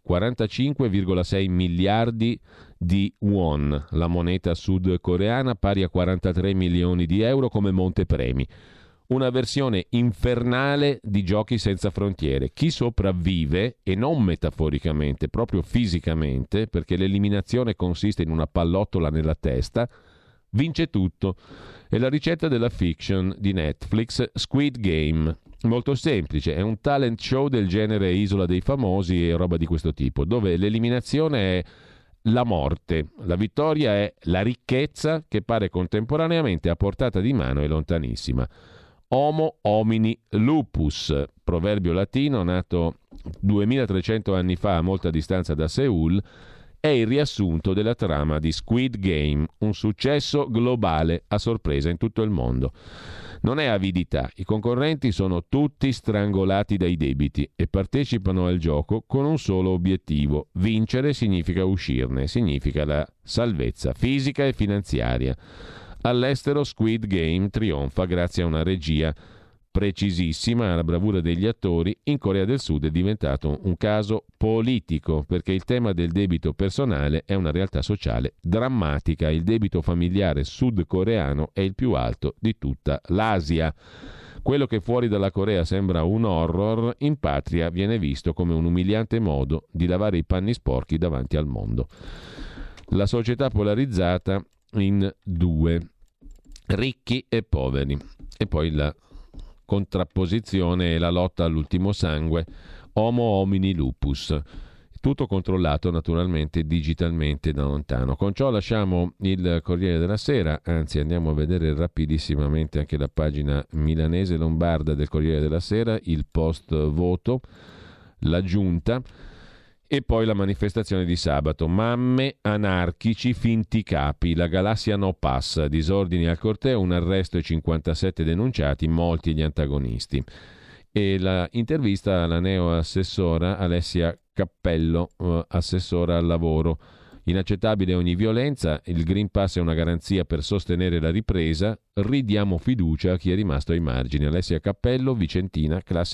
45,6 miliardi di won, la moneta sudcoreana pari a 43 milioni di euro come montepremi. Una versione infernale di Giochi senza frontiere. Chi sopravvive, e non metaforicamente, proprio fisicamente, perché l'eliminazione consiste in una pallottola nella testa, vince tutto. È la ricetta della fiction di Netflix Squid Game. Molto semplice, è un talent show del genere Isola dei Famosi e roba di questo tipo, dove l'eliminazione è la morte, la vittoria è la ricchezza che pare contemporaneamente a portata di mano e lontanissima. Homo homini lupus, proverbio latino nato 2300 anni fa a molta distanza da Seoul, è il riassunto della trama di Squid Game, un successo globale a sorpresa in tutto il mondo. Non è avidità, i concorrenti sono tutti strangolati dai debiti e partecipano al gioco con un solo obiettivo: vincere significa uscirne, significa la salvezza fisica e finanziaria. All'estero Squid Game trionfa grazie a una regia precisissima, alla bravura degli attori. In Corea del Sud è diventato un caso politico perché il tema del debito personale è una realtà sociale drammatica. Il debito familiare sudcoreano è il più alto di tutta l'Asia. Quello che fuori dalla Corea sembra un horror, in patria viene visto come un umiliante modo di lavare i panni sporchi davanti al mondo. La società polarizzata in due, ricchi e poveri, e poi la contrapposizione e la lotta all'ultimo sangue, Homo homini lupus, tutto controllato naturalmente digitalmente da lontano. Con ciò lasciamo il Corriere della Sera, anzi andiamo a vedere rapidissimamente anche la pagina milanese lombarda del Corriere della Sera, il post voto, la giunta e poi la manifestazione di sabato. Mamme, anarchici, finti capi, la galassia no pass, disordini al corteo, un arresto e 57 denunciati, molti gli antagonisti. E la intervista alla neo-assessora Alessia Cappello, assessora al lavoro. Inaccettabile ogni violenza, il Green Pass è una garanzia per sostenere la ripresa, ridiamo fiducia a chi è rimasto ai margini. Alessia Cappello, vicentina, classe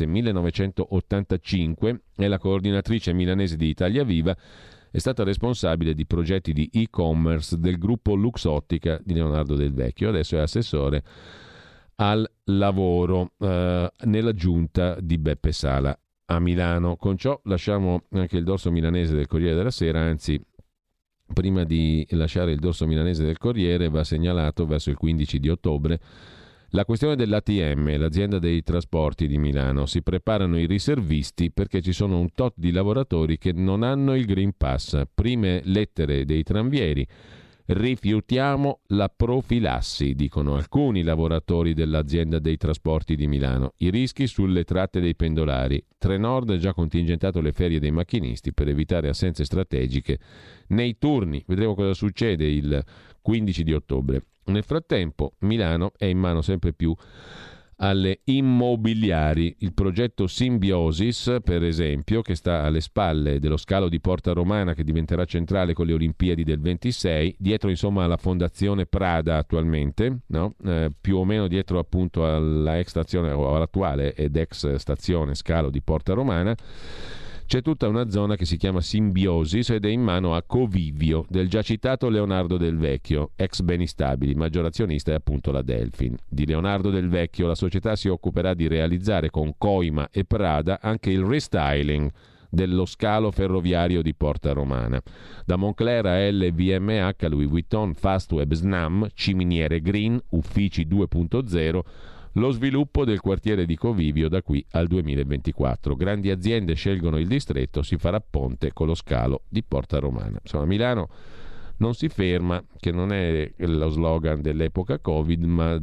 1985, è la coordinatrice milanese di Italia Viva, è stata responsabile di progetti di e-commerce del gruppo Luxottica di Leonardo Del Vecchio, adesso è assessore al lavoro nella giunta di Beppe Sala a Milano. Con ciò lasciamo anche il dorso milanese del Corriere della Sera, anzi prima di lasciare il dorso milanese del Corriere va segnalato verso il 15 di ottobre la questione dell'ATM, l'azienda dei trasporti di Milano. Si preparano i riservisti perché ci sono un tot di lavoratori che non hanno il Green Pass. Prime lettere dei tranvieri: rifiutiamo la profilassi, dicono alcuni lavoratori dell'azienda dei trasporti di Milano. I rischi sulle tratte dei pendolari. Trenord ha già contingentato le ferie dei macchinisti per evitare assenze strategiche nei turni. Vedremo cosa succede il 15 di ottobre. Nel frattempo Milano è in mano sempre più alle immobiliari. Il progetto Symbiosis, per esempio, che sta alle spalle dello scalo di Porta Romana, che diventerà centrale con le Olimpiadi del 26, dietro insomma alla Fondazione Prada attualmente, no? Più o meno dietro appunto alla ex stazione o all'attuale ed ex stazione scalo di Porta Romana. C'è tutta una zona che si chiama Symbiosis ed è in mano a Covivio, del già citato Leonardo Del Vecchio, ex Beni Stabili. Maggior azionista è appunto la Delfin. Di Leonardo Del Vecchio la società si occuperà di realizzare con Coima e Prada anche il restyling dello scalo ferroviario di Porta Romana. Da Moncler a LVMH, Louis Vuitton, Fastweb, Snam, Ciminiere Green, Uffici 2.0, lo sviluppo del quartiere di Covivio da qui al 2024. Grandi aziende scelgono il distretto, si farà ponte con lo scalo di Porta Romana. Insomma, Milano non si ferma, che non è lo slogan dell'epoca Covid, ma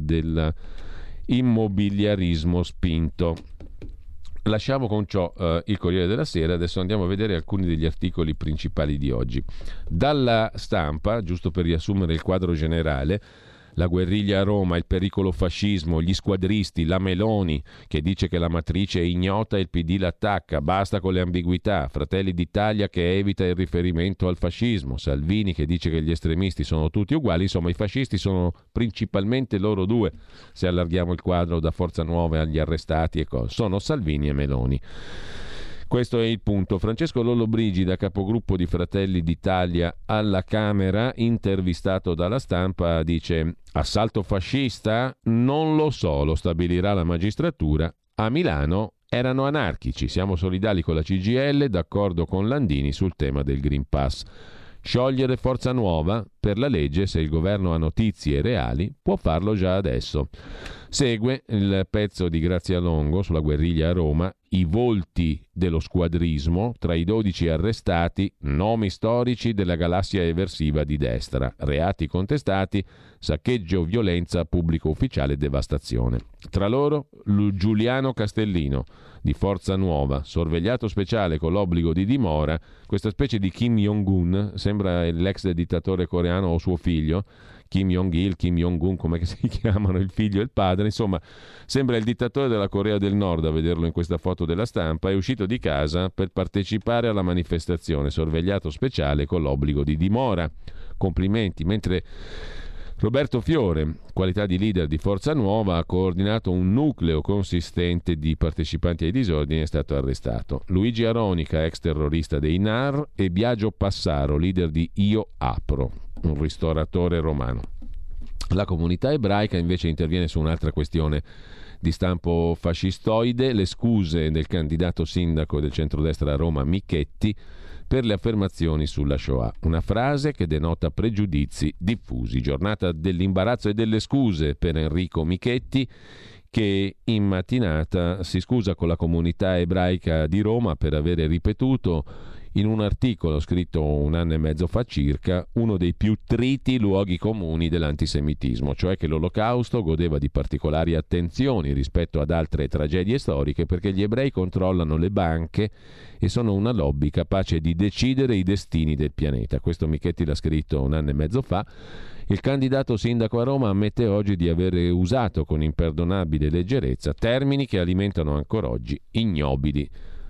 dell'immobiliarismo spinto. Lasciamo con ciò il Corriere della Sera, adesso andiamo a vedere alcuni degli articoli principali di oggi. Dalla Stampa, giusto per riassumere il quadro generale, la guerriglia a Roma, il pericolo fascismo, gli squadristi, la Meloni che dice che la matrice è ignota e il PD l'attacca, basta con le ambiguità, Fratelli d'Italia che evita il riferimento al fascismo, Salvini che dice che gli estremisti sono tutti uguali, insomma i fascisti sono principalmente loro due, se allarghiamo il quadro da Forza Nuova agli arrestati e cose, sono Salvini e Meloni. Questo è il punto. Francesco Lollobrigida, capogruppo di Fratelli d'Italia alla Camera, intervistato dalla Stampa, dice: assalto fascista? Non lo so, lo stabilirà la magistratura. A Milano erano anarchici, siamo solidali con la CGIL, d'accordo con Landini sul tema del Green Pass. Sciogliere Forza Nuova? Per la legge, se il governo ha notizie reali, può farlo già adesso. Segue il pezzo di Grazia Longo sulla guerriglia a Roma, i volti dello squadrismo, tra i 12 arrestati, nomi storici della galassia eversiva di destra, reati contestati, saccheggio, violenza, pubblico ufficiale, devastazione. Tra loro Giuliano Castellino, di Forza Nuova, sorvegliato speciale con l'obbligo di dimora, questa specie di Kim Jong-un, sembra l'ex dittatore coreano o suo figlio, Kim Jong-il, Kim Jong-un, come si chiamano il figlio e il padre, insomma sembra il dittatore della Corea del Nord a vederlo in questa foto della Stampa, è uscito di casa per partecipare alla manifestazione, sorvegliato speciale con l'obbligo di dimora. Complimenti. Mentre Roberto Fiore, qualità di leader di Forza Nuova, ha coordinato un nucleo consistente di partecipanti ai disordini e è stato arrestato. Luigi Aronica, ex terrorista dei NAR, e Biagio Passaro, leader di Io Apro, un ristoratore romano. La comunità ebraica invece interviene su un'altra questione di stampo fascistoide, le scuse del candidato sindaco del centrodestra a Roma Michetti per le affermazioni sulla Shoah. Una frase che denota pregiudizi diffusi. Giornata dell'imbarazzo e delle scuse per Enrico Michetti, che in mattinata si scusa con la comunità ebraica di Roma per avere ripetuto in un articolo scritto un anno e mezzo fa circa uno dei più triti luoghi comuni dell'antisemitismo, cioè che l'Olocausto godeva di particolari attenzioni rispetto ad altre tragedie storiche perché gli ebrei controllano le banche e sono una lobby capace di decidere i destini del pianeta. Questo Michetti l'ha scritto un anno e mezzo fa. Il candidato sindaco a Roma ammette oggi di avere usato con imperdonabile leggerezza termini che alimentano ancora oggi ignobili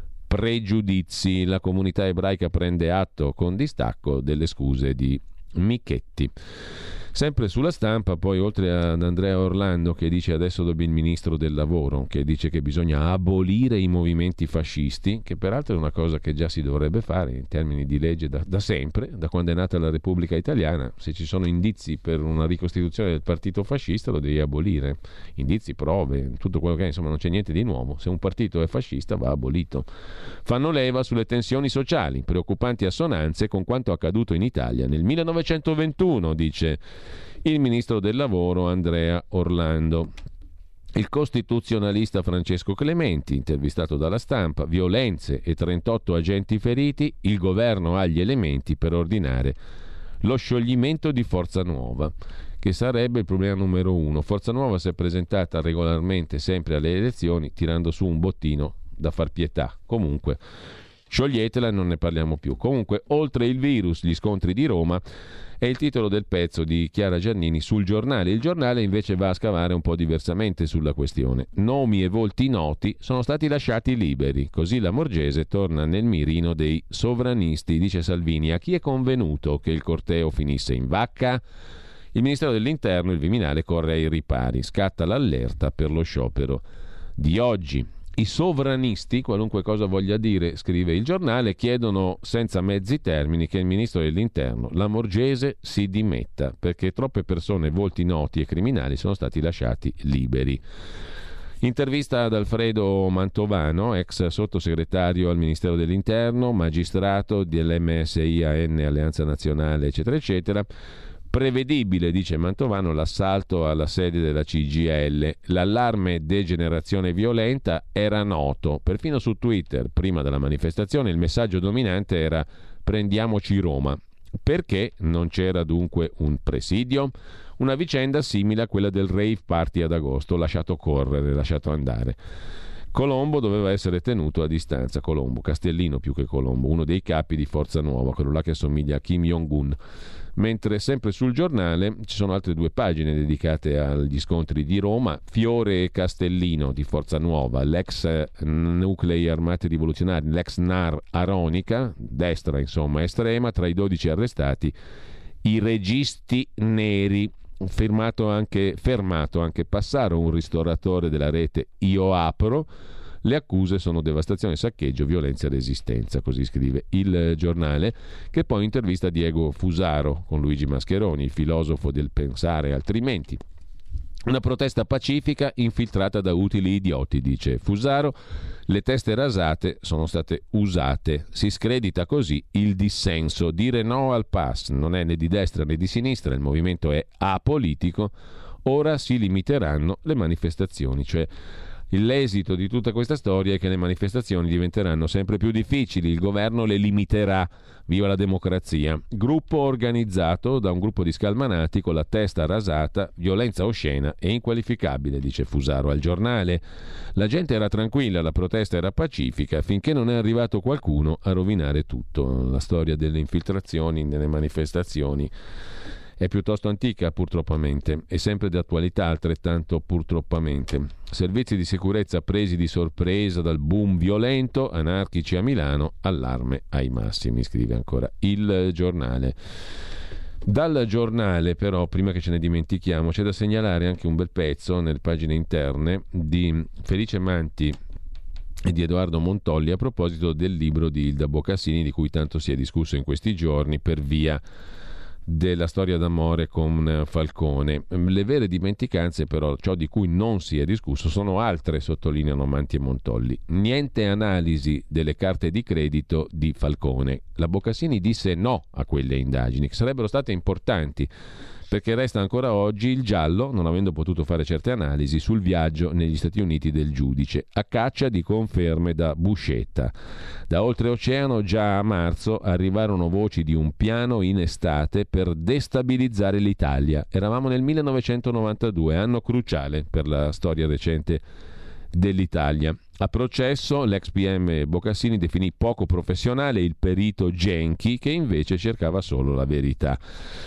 pregiudizi. La comunità ebraica prende atto con distacco delle scuse di Michetti. Sempre sulla Stampa, poi, oltre ad Andrea Orlando che dice adesso dobbiamo il ministro del lavoro, che dice che bisogna abolire i movimenti fascisti, che peraltro è una cosa che già si dovrebbe fare in termini di legge da sempre, da quando è nata la Repubblica Italiana. Se ci sono indizi per una ricostituzione del partito fascista lo devi abolire, indizi, prove, tutto quello che è, insomma non c'è niente di nuovo. Se un partito è fascista va abolito. Fanno leva sulle tensioni sociali, preoccupanti assonanze con quanto accaduto in Italia nel 1921, dice il ministro del lavoro Andrea Orlando. Il costituzionalista Francesco Clementi, intervistato dalla Stampa: violenze e 38 agenti feriti, il governo ha gli elementi per ordinare lo scioglimento di Forza Nuova, che sarebbe il problema numero uno. Forza Nuova si è presentata regolarmente sempre alle elezioni tirando su un bottino da far pietà. Comunque scioglietela e non ne parliamo più. Comunque, oltre il virus, gli scontri di Roma è il titolo del pezzo di Chiara Giannini sul Giornale. Il Giornale invece va a scavare un po' diversamente sulla questione. Nomi e volti noti sono stati lasciati liberi, così la Morgese torna nel mirino dei sovranisti, dice Salvini. A chi è convenuto che il corteo finisse in vacca? Il Ministero dell'Interno, il Viminale, corre ai ripari, scatta l'allerta per lo sciopero di oggi. I sovranisti, qualunque cosa voglia dire, scrive il Giornale, chiedono senza mezzi termini che il ministro dell'Interno, la Morgese, si dimetta perché troppe persone, volti noti e criminali sono stati lasciati liberi. Intervista ad Alfredo Mantovano, ex sottosegretario al Ministero dell'Interno, magistrato dell'MSIAN, Alleanza Nazionale, eccetera, eccetera. Prevedibile, dice Mantovano, l'assalto alla sede della CGIL. L'allarme degenerazione violenta era noto. Perfino su Twitter, prima della manifestazione, il messaggio dominante era «Prendiamoci Roma». Perché non c'era dunque un presidio? Una vicenda simile a quella del rave party ad agosto, lasciato correre, lasciato andare. Colombo doveva essere tenuto a distanza. Colombo, Castellino più che Colombo, uno dei capi di Forza Nuova, quello là che assomiglia a Kim Jong-un. Mentre sempre sul Giornale ci sono altre 2 pagine dedicate agli scontri di Roma. Fiore e Castellino di Forza Nuova, l'ex Nuclei Armati Rivoluzionari, l'ex NAR Aronica, destra insomma estrema, tra i 12 arrestati i registi neri. Fermato anche Passaro, un ristoratore della rete Io Apro. Le accuse sono devastazione, saccheggio, violenza e resistenza, così scrive il Giornale, che poi intervista Diego Fusaro con Luigi Mascheroni, il filosofo del pensare altrimenti. Una protesta pacifica infiltrata da utili idioti, dice Fusaro. Le teste rasate sono state usate. Si scredita così il dissenso. Dire no al pass non è né di destra né di sinistra, il movimento è apolitico. Ora si limiteranno le manifestazioni, cioè l'esito di tutta questa storia è che le manifestazioni diventeranno sempre più difficili, il governo le limiterà. Viva la democrazia. Gruppo organizzato da un gruppo di scalmanati con la testa rasata, violenza oscena e inqualificabile, dice Fusaro al Giornale. La gente era tranquilla, la protesta era pacifica, finché non è arrivato qualcuno a rovinare tutto. La storia delle infiltrazioni nelle manifestazioni è piuttosto antica, purtroppamente, e sempre di attualità, altrettanto purtroppamente. Servizi di sicurezza presi di sorpresa dal boom violento, anarchici a Milano, allarme ai massimi, scrive ancora il Giornale. Dal Giornale, però, prima che ce ne dimentichiamo, c'è da segnalare anche un bel pezzo nelle pagine interne di Felice Manti e di Edoardo Montolli a proposito del libro di Ilda Boccassini, di cui tanto si è discusso in questi giorni per via della storia d'amore con Falcone. Le vere dimenticanze, però, ciò di cui non si è discusso sono altre, sottolineano Manti e Montolli. Niente analisi delle carte di credito di Falcone. La Boccassini disse no a quelle indagini, che sarebbero state importanti, perché resta ancora oggi il giallo, non avendo potuto fare certe analisi, sul viaggio negli Stati Uniti del giudice, a caccia di conferme da Buscetta. Da oltreoceano già a marzo arrivarono voci di un piano in estate per destabilizzare l'Italia. Eravamo nel 1992, anno cruciale per la storia recente dell'Italia. A processo l'ex PM Boccassini definì poco professionale il perito Genchi, che invece cercava solo la verità.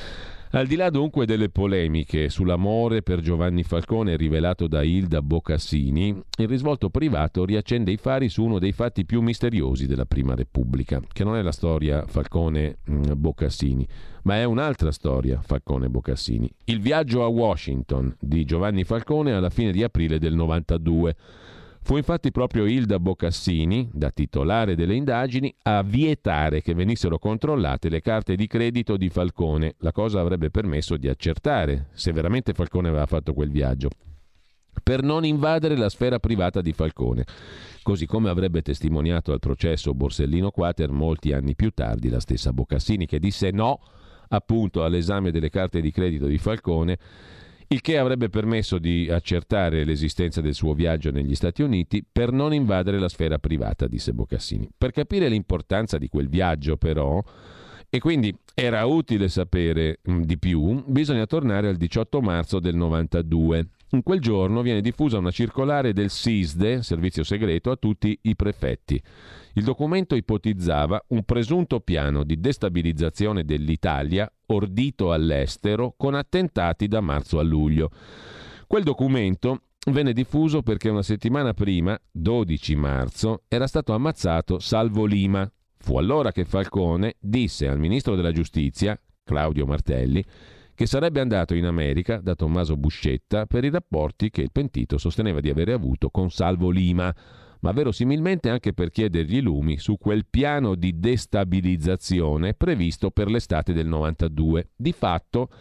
Al di là dunque delle polemiche sull'amore per Giovanni Falcone rivelato da Ilda Boccassini, il risvolto privato riaccende i fari su uno dei fatti più misteriosi della Prima Repubblica, che non è la storia Falcone-Boccassini, ma è un'altra storia Falcone-Boccassini. Il viaggio a Washington di Giovanni Falcone alla fine di aprile del 92. Fu infatti proprio Ilda Boccassini, da titolare delle indagini, a vietare che venissero controllate le carte di credito di Falcone. La cosa avrebbe permesso di accertare se veramente Falcone aveva fatto quel viaggio, per non invadere la sfera privata di Falcone, così come avrebbe testimoniato al processo Borsellino Quater molti anni più tardi la stessa Boccassini, che disse no appunto all'esame delle carte di credito di Falcone, il che avrebbe permesso di accertare l'esistenza del suo viaggio negli Stati Uniti per non invadere la sfera privata, disse Boccassini. Per capire l'importanza di quel viaggio, però, e quindi era utile sapere di più, bisogna tornare al 18 marzo del 92. In quel giorno viene diffusa una circolare del SISDE, servizio segreto, a tutti i prefetti. Il documento ipotizzava un presunto piano di destabilizzazione dell'Italia ordito all'estero con attentati da marzo a luglio. Quel documento venne diffuso perché una settimana prima, 12 marzo, era stato ammazzato Salvo Lima. Fu allora che Falcone disse al ministro della giustizia, Claudio Martelli, che sarebbe andato in America da Tommaso Buscetta per i rapporti che il pentito sosteneva di avere avuto con Salvo Lima, ma verosimilmente anche per chiedergli lumi su quel piano di destabilizzazione previsto per l'estate del 92. Di fatto,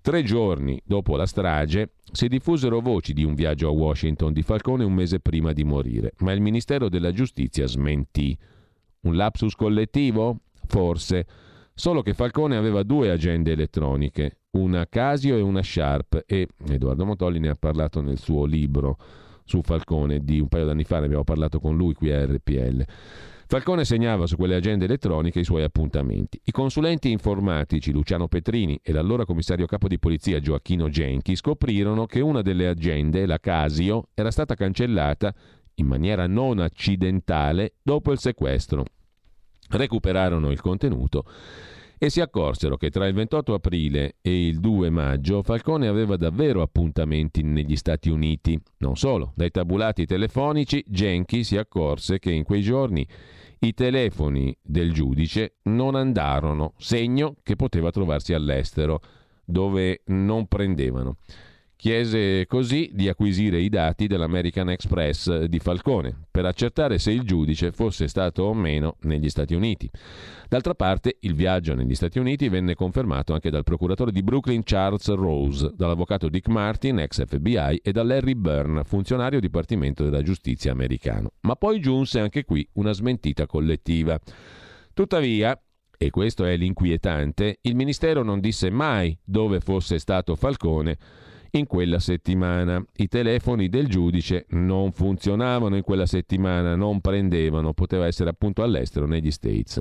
3 giorni dopo la strage si diffusero voci di un viaggio a Washington di Falcone un mese prima di morire, ma il Ministero della Giustizia smentì. Un lapsus collettivo? Forse. Solo che Falcone aveva 2 agende elettroniche, una Casio e una Sharp, e Edoardo Montolli ne ha parlato nel suo libro su Falcone di un paio d'anni fa, ne abbiamo parlato con lui qui a RPL. Falcone segnava su quelle agende elettroniche i suoi appuntamenti. I consulenti informatici Luciano Petrini e l'allora commissario capo di polizia Gioacchino Genchi scoprirono che una delle agende, la Casio, era stata cancellata in maniera non accidentale dopo il sequestro. Recuperarono il contenuto e si accorsero che tra il 28 aprile e il 2 maggio Falcone aveva davvero appuntamenti negli Stati Uniti. Non solo, dai tabulati telefonici Genchi si accorse che in quei giorni i telefoni del giudice non andarono, segno che poteva trovarsi all'estero, dove non prendevano. Chiese così di acquisire i dati dell'American Express di Falcone per accertare se il giudice fosse stato o meno negli Stati Uniti. D'altra parte, il viaggio negli Stati Uniti venne confermato anche dal procuratore di Brooklyn Charles Rose, dall'avvocato Dick Martin, ex FBI, e da Larry Byrne, funzionario Dipartimento della Giustizia americano. Ma poi giunse anche qui una smentita collettiva. Tuttavia, e questo è l'inquietante, il Ministero non disse mai dove fosse stato Falcone in quella settimana. I telefoni del giudice non funzionavano in quella settimana, non prendevano, poteva essere appunto all'estero, negli States.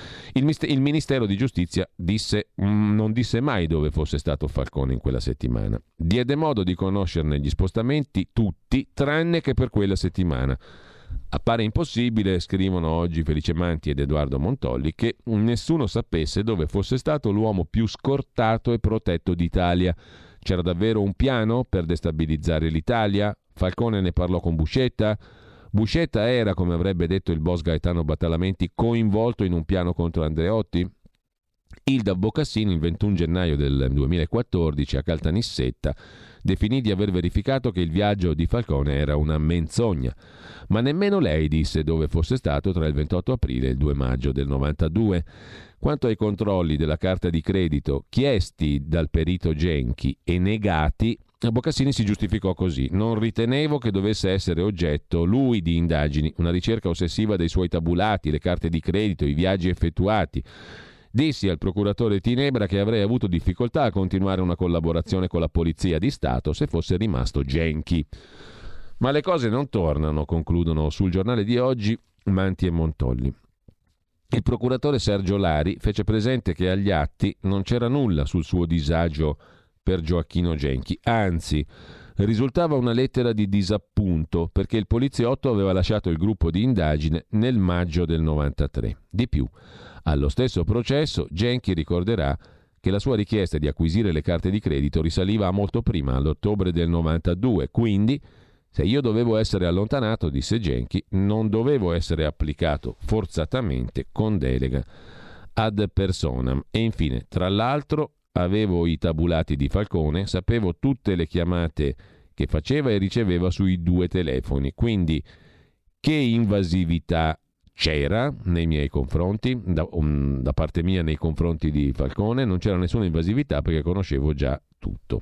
Il Ministero di Giustizia non disse mai dove fosse stato Falcone in quella settimana. Diede modo di conoscerne gli spostamenti tutti, tranne che per quella settimana. Appare impossibile, scrivono oggi Felice Manti ed Edoardo Montolli, che nessuno sapesse dove fosse stato l'uomo più scortato e protetto d'Italia. C'era davvero un piano per destabilizzare l'Italia? Falcone ne parlò con Buscetta? Buscetta era, come avrebbe detto il boss Gaetano Battalamenti, coinvolto in un piano contro Andreotti? Ilda Boccassini, il 21 gennaio del 2014, a Caltanissetta, definì di aver verificato che il viaggio di Falcone era una menzogna. Ma nemmeno lei disse dove fosse stato tra il 28 aprile e il 2 maggio del 92. Quanto ai controlli della carta di credito chiesti dal perito Genchi e negati, Boccassini si giustificò così: non ritenevo che dovesse essere oggetto lui di indagini, una ricerca ossessiva dei suoi tabulati, le carte di credito, i viaggi effettuati. Dissi al procuratore Tinebra che avrei avuto difficoltà a continuare una collaborazione con la Polizia di Stato se fosse rimasto Genchi. Ma le cose non tornano, concludono sul Giornale di oggi Manti e Montolli. Il procuratore Sergio Lari fece presente che agli atti non c'era nulla sul suo disagio per Gioacchino Genchi, anzi risultava una lettera di disappunto perché il poliziotto aveva lasciato il gruppo di indagine nel maggio del 93. Di più, allo stesso processo Genchi ricorderà che la sua richiesta di acquisire le carte di credito risaliva a molto prima, all'ottobre del 92, quindi se io dovevo essere allontanato, disse Genchi, non dovevo essere applicato forzatamente con delega ad personam. E infine, tra l'altro, avevo i tabulati di Falcone, sapevo tutte le chiamate che faceva e riceveva sui 2 telefoni. Quindi, che invasività c'era nei miei confronti, da parte mia nei confronti di Falcone? Non c'era nessuna invasività perché conoscevo già tutto.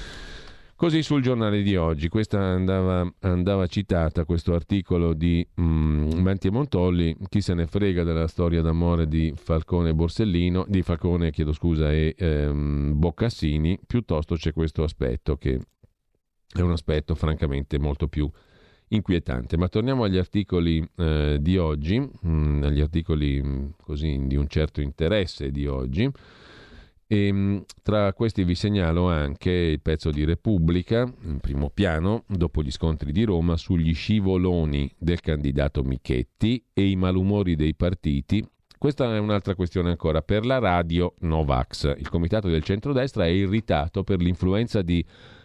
Così sul Giornale di oggi, questa andava citata, questo articolo di Manti e Montolli. Chi se ne frega della storia d'amore di Falcone e Borsellino, di Falcone, e Boccassini, piuttosto c'è questo aspetto che è un aspetto francamente molto più inquietante. Ma torniamo agli articoli di oggi, agli articoli così di un certo interesse di oggi. E tra questi vi segnalo anche il pezzo di Repubblica, in primo piano, dopo gli scontri di Roma, sugli scivoloni del candidato Michetti e i malumori dei partiti. Questa è un'altra questione ancora. Per la radio Novax, il comitato del centrodestra è irritato per l'influenza di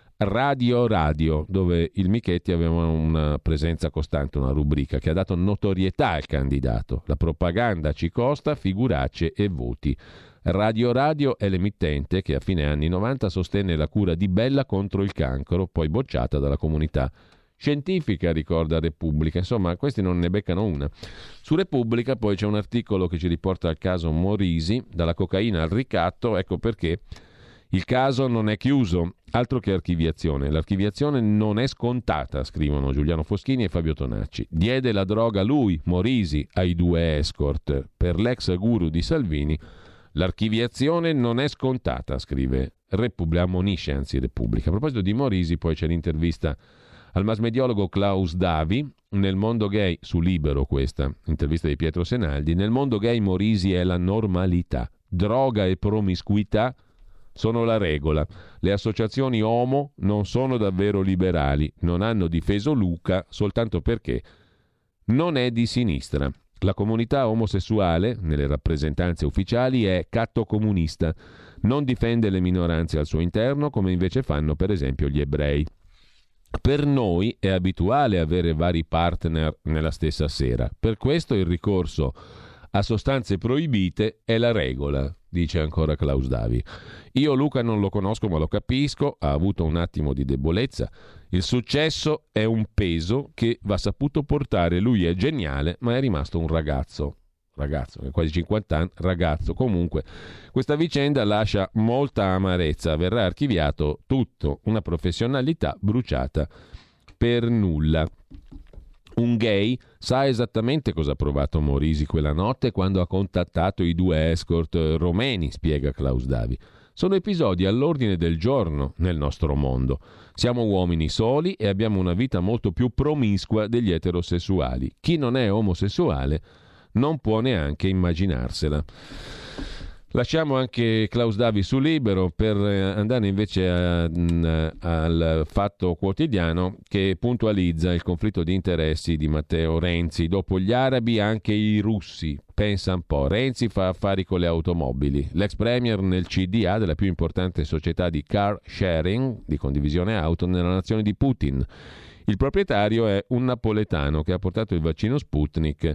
Radio, dove il Michetti aveva una presenza costante, una rubrica che ha dato notorietà al candidato. La propaganda ci costa figuracce e voti. Radio è l'emittente che a fine anni 90 sostenne la cura di Bella contro il cancro, poi bocciata dalla comunità scientifica, ricorda Repubblica. Insomma, questi non ne beccano una. Su Repubblica poi c'è un articolo che ci riporta al caso Morisi, dalla cocaina al ricatto. Ecco perché Il caso non è chiuso, altro che archiviazione. L'archiviazione non è scontata, scrivono Giuliano Foschini e Fabio Tonacci. Diede la droga lui, Morisi, ai 2 escort. Per l'ex guru di Salvini, l'archiviazione non è scontata, scrive ammonisce anzi Repubblica. A proposito di Morisi, poi c'è l'intervista al massmediologo Klaus Davi. Nel mondo gay, su Libero questa, intervista di Pietro Senaldi, nel mondo gay Morisi è la normalità. Droga e promiscuità sono la regola. Le associazioni omo non sono davvero liberali, non hanno difeso Luca soltanto perché non è di sinistra. La comunità omosessuale, nelle rappresentanze ufficiali, è cattocomunista, non difende le minoranze al suo interno come invece fanno per esempio gli ebrei. Per noi è abituale avere vari partner nella stessa sera, per questo il ricorso a sostanze proibite è la regola, dice ancora Klaus Davi. Io Luca non lo conosco ma lo capisco, ha avuto un attimo di debolezza. Il successo è un peso che va saputo portare, lui è geniale ma è rimasto un ragazzo, quasi 50 anni, ragazzo. Comunque questa vicenda lascia molta amarezza, verrà archiviato tutto, una professionalità bruciata per nulla. Un gay sa esattamente cosa ha provato Morisi quella notte quando ha contattato i 2 escort romeni, spiega Klaus Davi. Sono episodi all'ordine del giorno nel nostro mondo. Siamo uomini soli e abbiamo una vita molto più promiscua degli eterosessuali. Chi non è omosessuale non può neanche immaginarsela. Lasciamo anche Klaus Davi su Libero per andare invece al Fatto Quotidiano, che puntualizza il conflitto di interessi di Matteo Renzi. Dopo gli arabi anche i russi. Pensa un po', Renzi fa affari con le automobili. L'ex premier nel CDA della più importante società di car sharing, di condivisione auto, nella nazione di Putin. Il proprietario è un napoletano che ha portato il vaccino Sputnik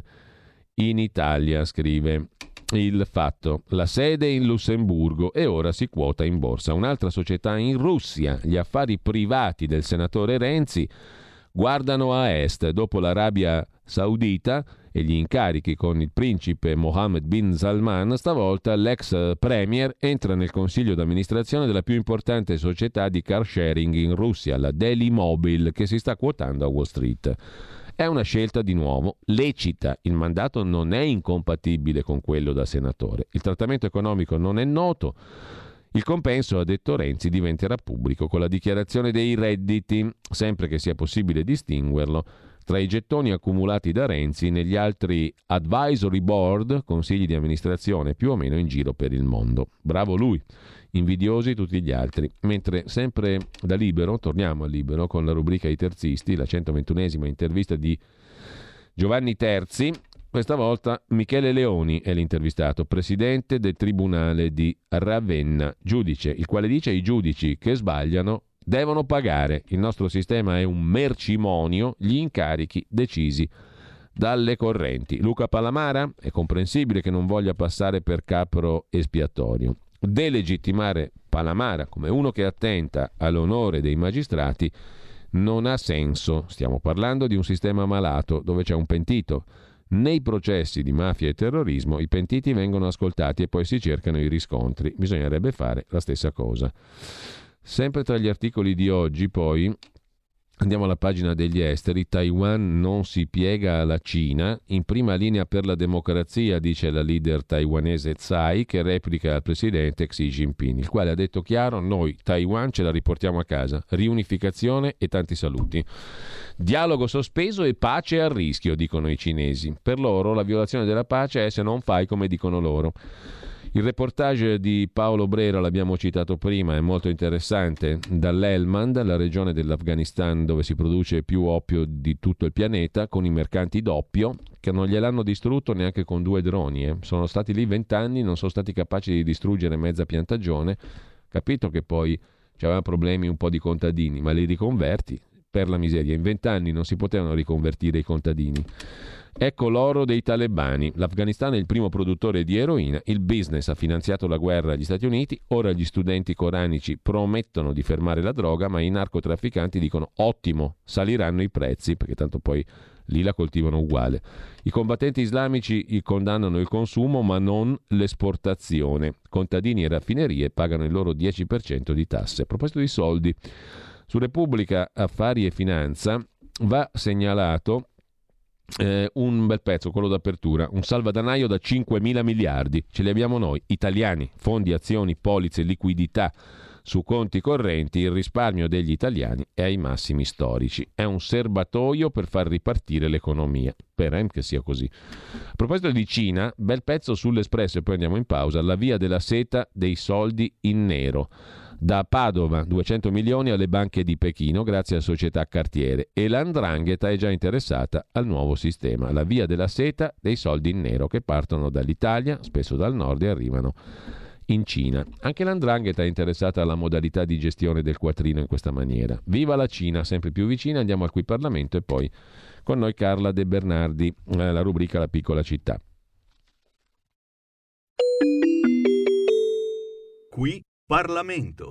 in Italia, scrive Il Fatto. La sede in Lussemburgo e ora si quota in borsa. Un'altra società in Russia. Gli affari privati del senatore Renzi guardano a est. Dopo l'Arabia Saudita e gli incarichi con il principe Mohammed bin Salman, stavolta l'ex premier entra nel consiglio d'amministrazione della più importante società di car sharing in Russia, la Daily Mobile, che si sta quotando a Wall Street. È una scelta di nuovo lecita, il mandato non è incompatibile con quello da senatore, il trattamento economico non è noto, il compenso, ha detto Renzi, diventerà pubblico con la dichiarazione dei redditi, sempre che sia possibile distinguerlo tra i gettoni accumulati da Renzi negli altri advisory board, consigli di amministrazione più o meno in giro per il mondo. Bravo lui, invidiosi tutti gli altri. Mentre sempre da Libero, torniamo a Libero con la rubrica I terzisti, la 121esima intervista di Giovanni Terzi. Questa volta Michele Leoni è l'intervistato, presidente del Tribunale di Ravenna, giudice, il quale dice ai giudici che sbagliano devono pagare. Il nostro sistema è un mercimonio, gli incarichi decisi dalle correnti. Luca Palamara è comprensibile che non voglia passare per capro espiatorio. Delegittimare Palamara come uno che attenta all'onore dei magistrati non ha senso. Stiamo parlando di un sistema malato dove c'è un pentito. Nei processi di mafia e terrorismo i pentiti vengono ascoltati e poi si cercano i riscontri. Bisognerebbe fare la stessa cosa. Sempre tra gli articoli di oggi, poi, andiamo alla pagina degli esteri. Taiwan non si piega alla Cina. In prima linea per la democrazia, dice la leader taiwanese Tsai, che replica al presidente Xi Jinping, il quale ha detto chiaro: noi Taiwan ce la riportiamo a casa. Riunificazione e tanti saluti. Dialogo sospeso e pace a rischio, dicono i cinesi. Per loro la violazione della pace è se non fai come dicono loro. Il reportage di Paolo Brera, l'abbiamo citato prima, è molto interessante. Dall'Helmand, la regione dell'Afghanistan dove si produce più oppio di tutto il pianeta, con i mercanti d'oppio, che non gliel'hanno distrutto neanche con 2 droni. Sono stati lì 20 anni, non sono stati capaci di distruggere mezza piantagione. Capito che poi c'avevano problemi un po' di contadini, ma li riconverti, per la miseria. In 20 anni non si potevano riconvertire i contadini. Ecco l'oro dei talebani. L'Afghanistan è il primo produttore di eroina, il business ha finanziato la guerra agli Stati Uniti, ora gli studenti coranici promettono di fermare la droga, ma i narcotrafficanti dicono ottimo, saliranno i prezzi, perché tanto poi lì la coltivano uguale. I combattenti islamici condannano il consumo ma non l'esportazione. Contadini e raffinerie pagano il loro 10% di tasse. A proposito di soldi, su Repubblica Affari e Finanza va segnalato un bel pezzo, quello d'apertura, un salvadanaio da 5.000 miliardi. Ce li abbiamo noi, italiani, fondi, azioni, polizze, liquidità su conti correnti, il risparmio degli italiani è ai massimi storici. È un serbatoio per far ripartire l'economia. Speriamo che sia così. A proposito di Cina, bel pezzo sull'Espresso e poi andiamo in pausa. La via della seta dei soldi in nero. Da Padova 200 milioni alle banche di Pechino grazie a società cartiere, e la 'ndrangheta è già interessata al nuovo sistema, la via della seta dei soldi in nero che partono dall'Italia, spesso dal nord, e arrivano in Cina. Anche la 'ndrangheta è interessata alla modalità di gestione del quattrino in questa maniera. Viva la Cina, sempre più vicina. Andiamo al Qui Parlamento e poi con noi Carla De Bernardi, la rubrica La piccola città. Qui Parlamento.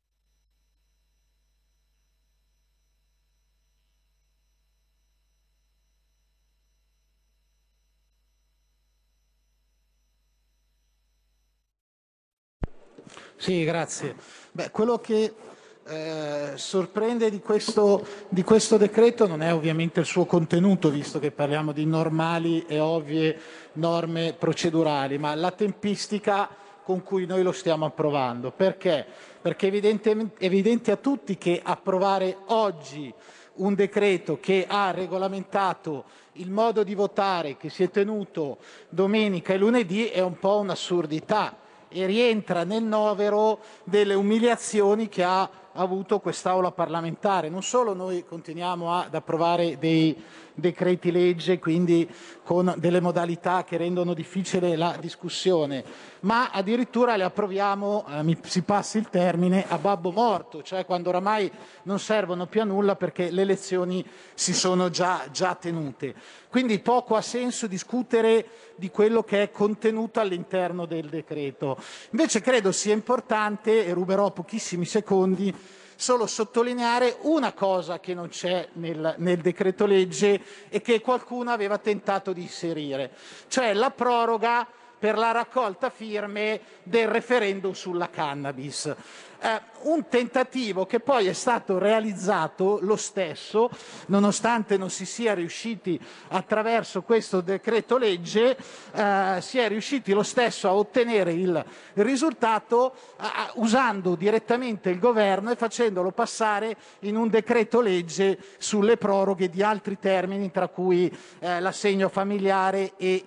Sì, grazie. Quello che sorprende di questo decreto non è ovviamente il suo contenuto, visto che parliamo di normali e ovvie norme procedurali, ma la tempistica con cui noi lo stiamo approvando. Perché? Perché è evidente a tutti che approvare oggi un decreto che ha regolamentato il modo di votare che si è tenuto domenica e lunedì è un po' un'assurdità e rientra nel novero delle umiliazioni che ha avuto quest'Aula parlamentare. Non solo noi continuiamo ad approvare dei decreti legge, quindi con delle modalità che rendono difficile la discussione, ma addirittura le approviamo, si passi il termine, a babbo morto, cioè quando oramai non servono più a nulla perché le elezioni si sono già tenute. Quindi poco ha senso discutere di quello che è contenuto all'interno del decreto. Invece credo sia importante, e ruberò pochissimi secondi, solo sottolineare una cosa che non c'è nel decreto legge e che qualcuno aveva tentato di inserire, cioè la proroga per la raccolta firme del referendum sulla cannabis. Un tentativo che poi è stato realizzato lo stesso, nonostante non si sia riusciti attraverso questo decreto legge, si è riusciti lo stesso a ottenere il risultato usando direttamente il governo e facendolo passare in un decreto legge sulle proroghe di altri termini, tra cui l'assegno familiare e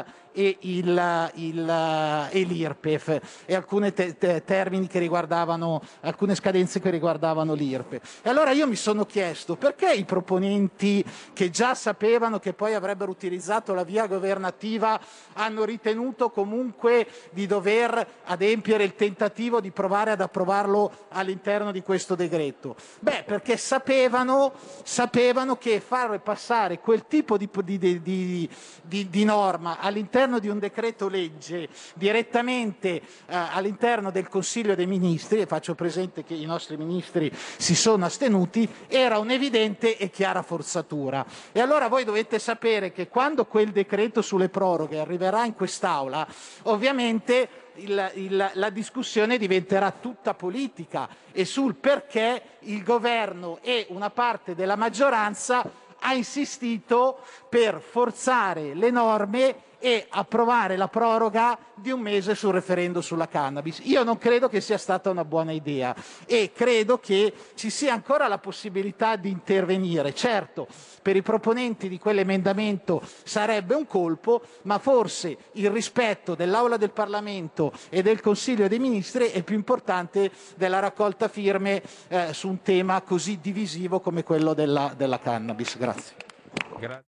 l'IRPEF e alcuni termini che riguardavano, alcune scadenze che riguardavano l'IRPEF. E allora io mi sono chiesto perché i proponenti, che già sapevano che poi avrebbero utilizzato la via governativa, hanno ritenuto comunque di dover adempiere il tentativo di provare ad approvarlo all'interno di questo decreto? Perché sapevano che far passare quel tipo di norma all'interno di un decreto legge direttamente all'interno del Consiglio dei Ministri, e faccio presente che i nostri ministri si sono astenuti, era un'evidente e chiara forzatura. E allora voi dovete sapere che quando quel decreto sulle proroghe arriverà in quest'Aula, ovviamente la discussione diventerà tutta politica e sul perché il governo e una parte della maggioranza ha insistito per forzare le norme e approvare la proroga di un mese sul referendum sulla cannabis. Io non credo che sia stata una buona idea e credo che ci sia ancora la possibilità di intervenire. Certo, per i proponenti di quell'emendamento sarebbe un colpo, ma forse il rispetto dell'Aula del Parlamento e del Consiglio dei Ministri è più importante della raccolta firme su un tema così divisivo come quello della cannabis. Grazie.